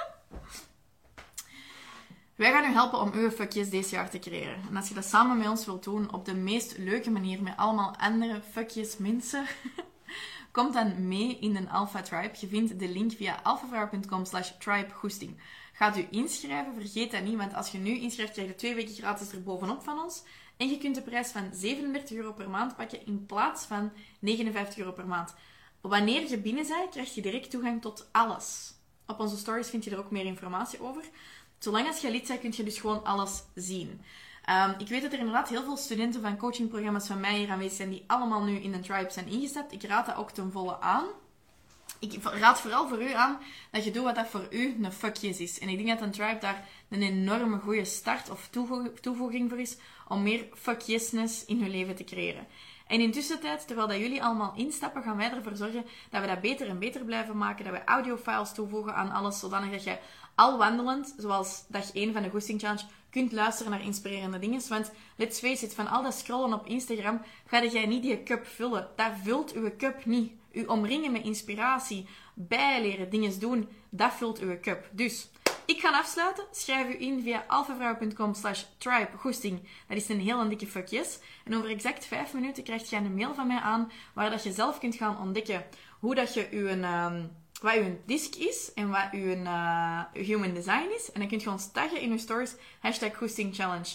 Wij gaan u helpen om uw Fuck Yes deze jaar te creëren. En als je dat samen met ons wilt doen, op de meest leuke manier, met allemaal andere Fuck Yes mensen, kom dan mee in een Alpha Tribe. Je vindt de link via alphavrouw.com/tribegoesting. Gaat u inschrijven, vergeet dat niet, want als je nu inschrijft, krijg je 2 weken gratis erbovenop van ons. En je kunt de prijs van €37 per maand pakken in plaats van €59 per maand. Wanneer je binnen bent, krijg je direct toegang tot alles. Op onze stories vind je er ook meer informatie over. Zolang als je lid bent, kun je dus gewoon alles zien. Ik weet dat er inderdaad heel veel studenten van coachingprogramma's van mij hier aanwezig zijn die allemaal nu in een tribe zijn ingestapt. Ik raad dat ook ten volle aan. Ik raad vooral voor u aan dat je doet wat dat voor u een Fuck Yes is. En ik denk dat een tribe daar een enorme goede start of toevoeging voor is om meer Fuck Yesness in hun leven te creëren. En in tussentijd, terwijl dat jullie allemaal instappen, gaan wij ervoor zorgen dat we dat beter en beter blijven maken. Dat we audiofiles toevoegen aan alles, zodanig dat je al wandelend, zoals dag 1 van de Goesting Challenge, kunt luisteren naar inspirerende dingen. Want let's face it, van al dat scrollen op Instagram, ga jij niet die cup vullen. Daar vult uw cup niet. U omringen met inspiratie, bijleren, dingen doen, dat vult uw cup. Dus, ik ga afsluiten. Schrijf u in via alphavrouw.com/tribegoesting. Dat is een heel dikke Fuck Yes. En over exact 5 minuten krijg je een mail van mij aan, waar dat je zelf kunt gaan ontdekken hoe dat je wat uw disc is en wat uw human design is. En dan kun je ons taggen in uw stories, #GoestingChallenge.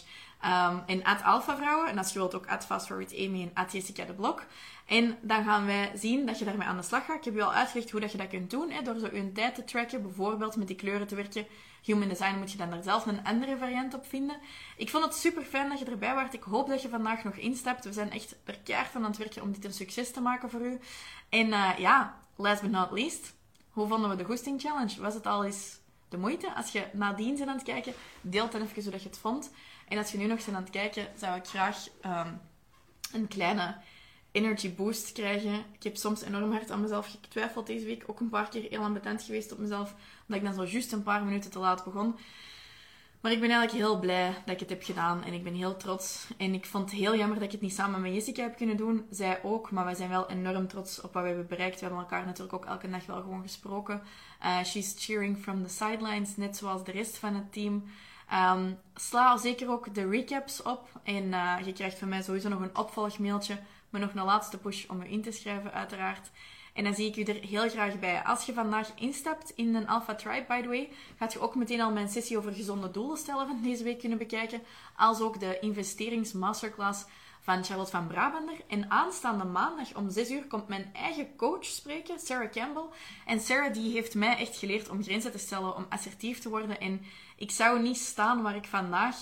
En @alphavrouwen. En als je wilt ook @fastforwardamy en @Jessica de Blok. En dan gaan wij zien dat je daarmee aan de slag gaat. Ik heb je al uitgelegd hoe dat je dat kunt doen. Door zo je tijd te tracken. Bijvoorbeeld met die kleuren te werken. Human Design moet je dan daar zelf een andere variant op vinden. Ik vond het super fijn dat je erbij was. Ik hoop dat je vandaag nog instapt. We zijn echt er keihard van aan het werken om dit een succes te maken voor u. En last but not least. Hoe vonden we de Goesting Challenge? Was het al eens de moeite? Als je nadien bent aan het kijken, deel dan even hoe dat je het vond. En als je nu nog bent aan het kijken, zou ik graag een kleine energy boost krijgen. Ik heb soms enorm hard aan mezelf getwijfeld deze week. Ook een paar keer heel ambetant geweest op mezelf. Omdat ik dan zo juist een paar minuten te laat begon. Maar ik ben eigenlijk heel blij dat ik het heb gedaan. En ik ben heel trots. En ik vond het heel jammer dat ik het niet samen met Jessica heb kunnen doen. Zij ook. Maar wij zijn wel enorm trots op wat we hebben bereikt. We hebben elkaar natuurlijk ook elke dag wel gewoon gesproken. She's cheering from the sidelines. Net zoals de rest van het team. Sla zeker ook de recaps op. En je krijgt van mij sowieso nog een opvolgmailtje. Met nog een laatste push om je in te schrijven, uiteraard. En dan zie ik u er heel graag bij. Als je vandaag instapt in een Alpha Tribe, by the way, gaat je ook meteen al mijn sessie over gezonde doelen stellen van deze week kunnen bekijken. Als ook de investeringsmasterclass van Charlotte van Brabander. En aanstaande maandag om 6 uur komt mijn eigen coach spreken, Sarah Campbell. En Sarah die heeft mij echt geleerd om grenzen te stellen, om assertief te worden. En ik zou niet staan waar ik vandaag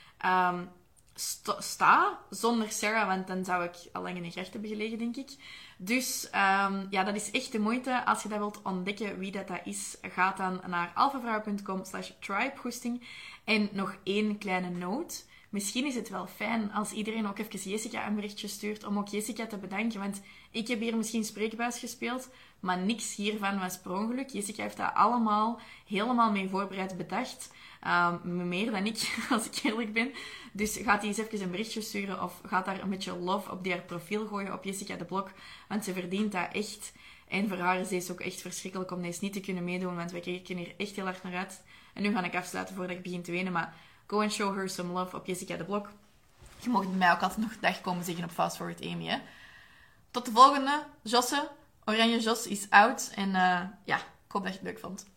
sta zonder Sarah, want dan zou ik al lang in de gracht hebben gelegen, denk ik. Dus dat is echt de moeite. Als je dat wilt ontdekken wie dat is, ga dan naar alphavrouw.com/tribegoesting. En nog één kleine note. Misschien is het wel fijn als iedereen ook even Jessica een berichtje stuurt om ook Jessica te bedanken. Want ik heb hier misschien spreekbuis gespeeld, maar niks hiervan was per ongeluk. Jessica heeft dat allemaal helemaal mee voorbereid bedacht. Meer dan ik, als ik eerlijk ben. Dus gaat die eens even een berichtje sturen of gaat daar een beetje love op haar profiel gooien op Jessica de Blok. Want ze verdient dat echt. En voor haar is deze ook echt verschrikkelijk om deze niet te kunnen meedoen, want wij kijken hier echt heel hard naar uit. En nu ga ik afsluiten voordat ik begin te wenen, maar go and show her some love op Jessica de Blok. Je mag bij mij ook altijd nog dag komen zeggen op Fast Forward Amy, hè. Tot de volgende, Josse. Oranje Jos is out. En ik hoop dat je het leuk vond.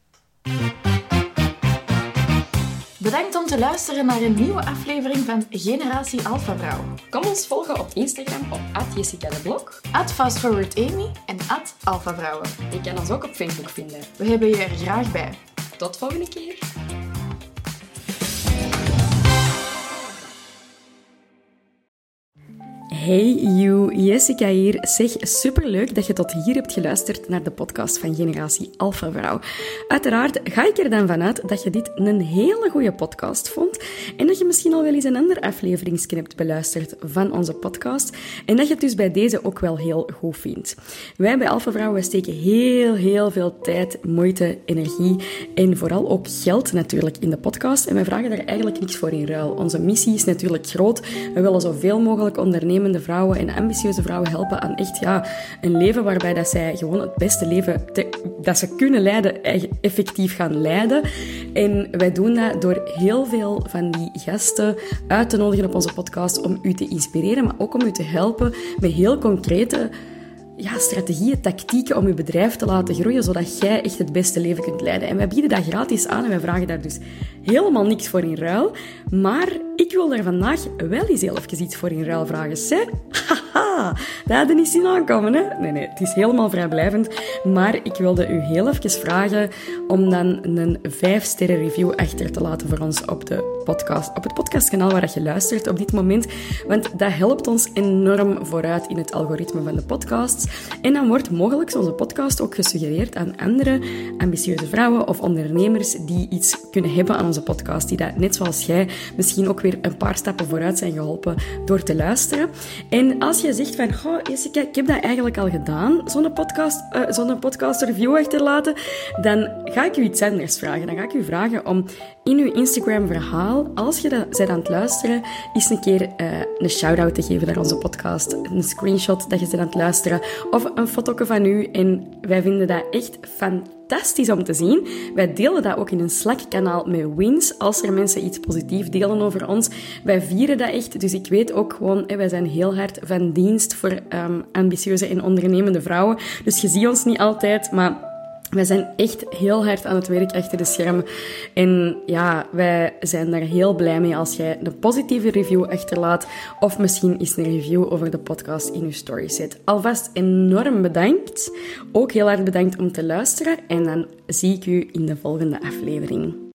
Bedankt om te luisteren naar een nieuwe aflevering van Generatie Alpha Vrouw. Kom ons volgen op Instagram op @Jessica de Blok, @FastForwardAmy en @alphavrouwen. Je kan ons ook op Facebook vinden. We hebben je er graag bij. Tot volgende keer. Hey you, Jessica hier. Zeg, superleuk dat je tot hier hebt geluisterd naar de podcast van Generatie Alpha Vrouw. Uiteraard ga ik er dan vanuit dat je dit een hele goede podcast vond en dat je misschien al wel eens een ander afleveringsje hebt beluisterd van onze podcast en dat je het dus bij deze ook wel heel goed vindt. Wij bij Alpha Vrouw steken heel veel tijd, moeite, energie en vooral ook geld natuurlijk in de podcast en wij vragen daar eigenlijk niks voor in ruil. Onze missie is natuurlijk groot. We willen zoveel mogelijk ondernemende vrouwen en ambitieuze vrouwen helpen aan echt een leven waarbij dat zij gewoon het beste leven dat ze kunnen leiden, effectief gaan leiden. En wij doen dat door heel veel van die gasten uit te nodigen op onze podcast om u te inspireren, maar ook om u te helpen met heel concrete strategieën, tactieken om je bedrijf te laten groeien, zodat jij echt het beste leven kunt leiden. En wij bieden dat gratis aan en wij vragen daar dus helemaal niks voor in ruil. Maar ik wil daar vandaag wel eens heel even iets voor in ruil vragen. Haha, dat had je niet zien aankomen, hè? Nee, het is helemaal vrijblijvend. Maar ik wilde u heel even vragen om dan een 5-sterren review achter te laten voor ons op de podcast, op het podcastkanaal waar je luistert op dit moment. Want dat helpt ons enorm vooruit in het algoritme van de podcasts. En dan wordt mogelijk onze podcast ook gesuggereerd aan andere ambitieuze vrouwen of ondernemers die iets kunnen hebben aan onze podcast, die dat, net zoals jij, misschien ook weer een paar stappen vooruit zijn geholpen door te luisteren. En als je zegt van, Jessica, ik heb dat eigenlijk al gedaan, zo'n podcast review achterlaten, dan ga ik u iets anders vragen. Dan ga ik u vragen om in uw Instagram verhaal, als je dat bent aan het luisteren, eens een keer een shout-out te geven naar onze podcast. Een screenshot dat je bent aan het luisteren of een foto van u. En wij vinden dat echt fantastisch om te zien. Wij delen dat ook in een Slack-kanaal met wins. Als er mensen iets positiefs delen over ons, wij vieren dat echt. Dus ik weet ook gewoon, wij zijn heel hard van dienst voor ambitieuze en ondernemende vrouwen. Dus je ziet ons niet altijd, maar Wij zijn echt heel hard aan het werk achter de schermen. En ja, wij zijn daar heel blij mee als jij een positieve review achterlaat. Of misschien eens een review over de podcast in je story zet. Alvast enorm bedankt. Ook heel erg bedankt om te luisteren. En dan zie ik u in de volgende aflevering.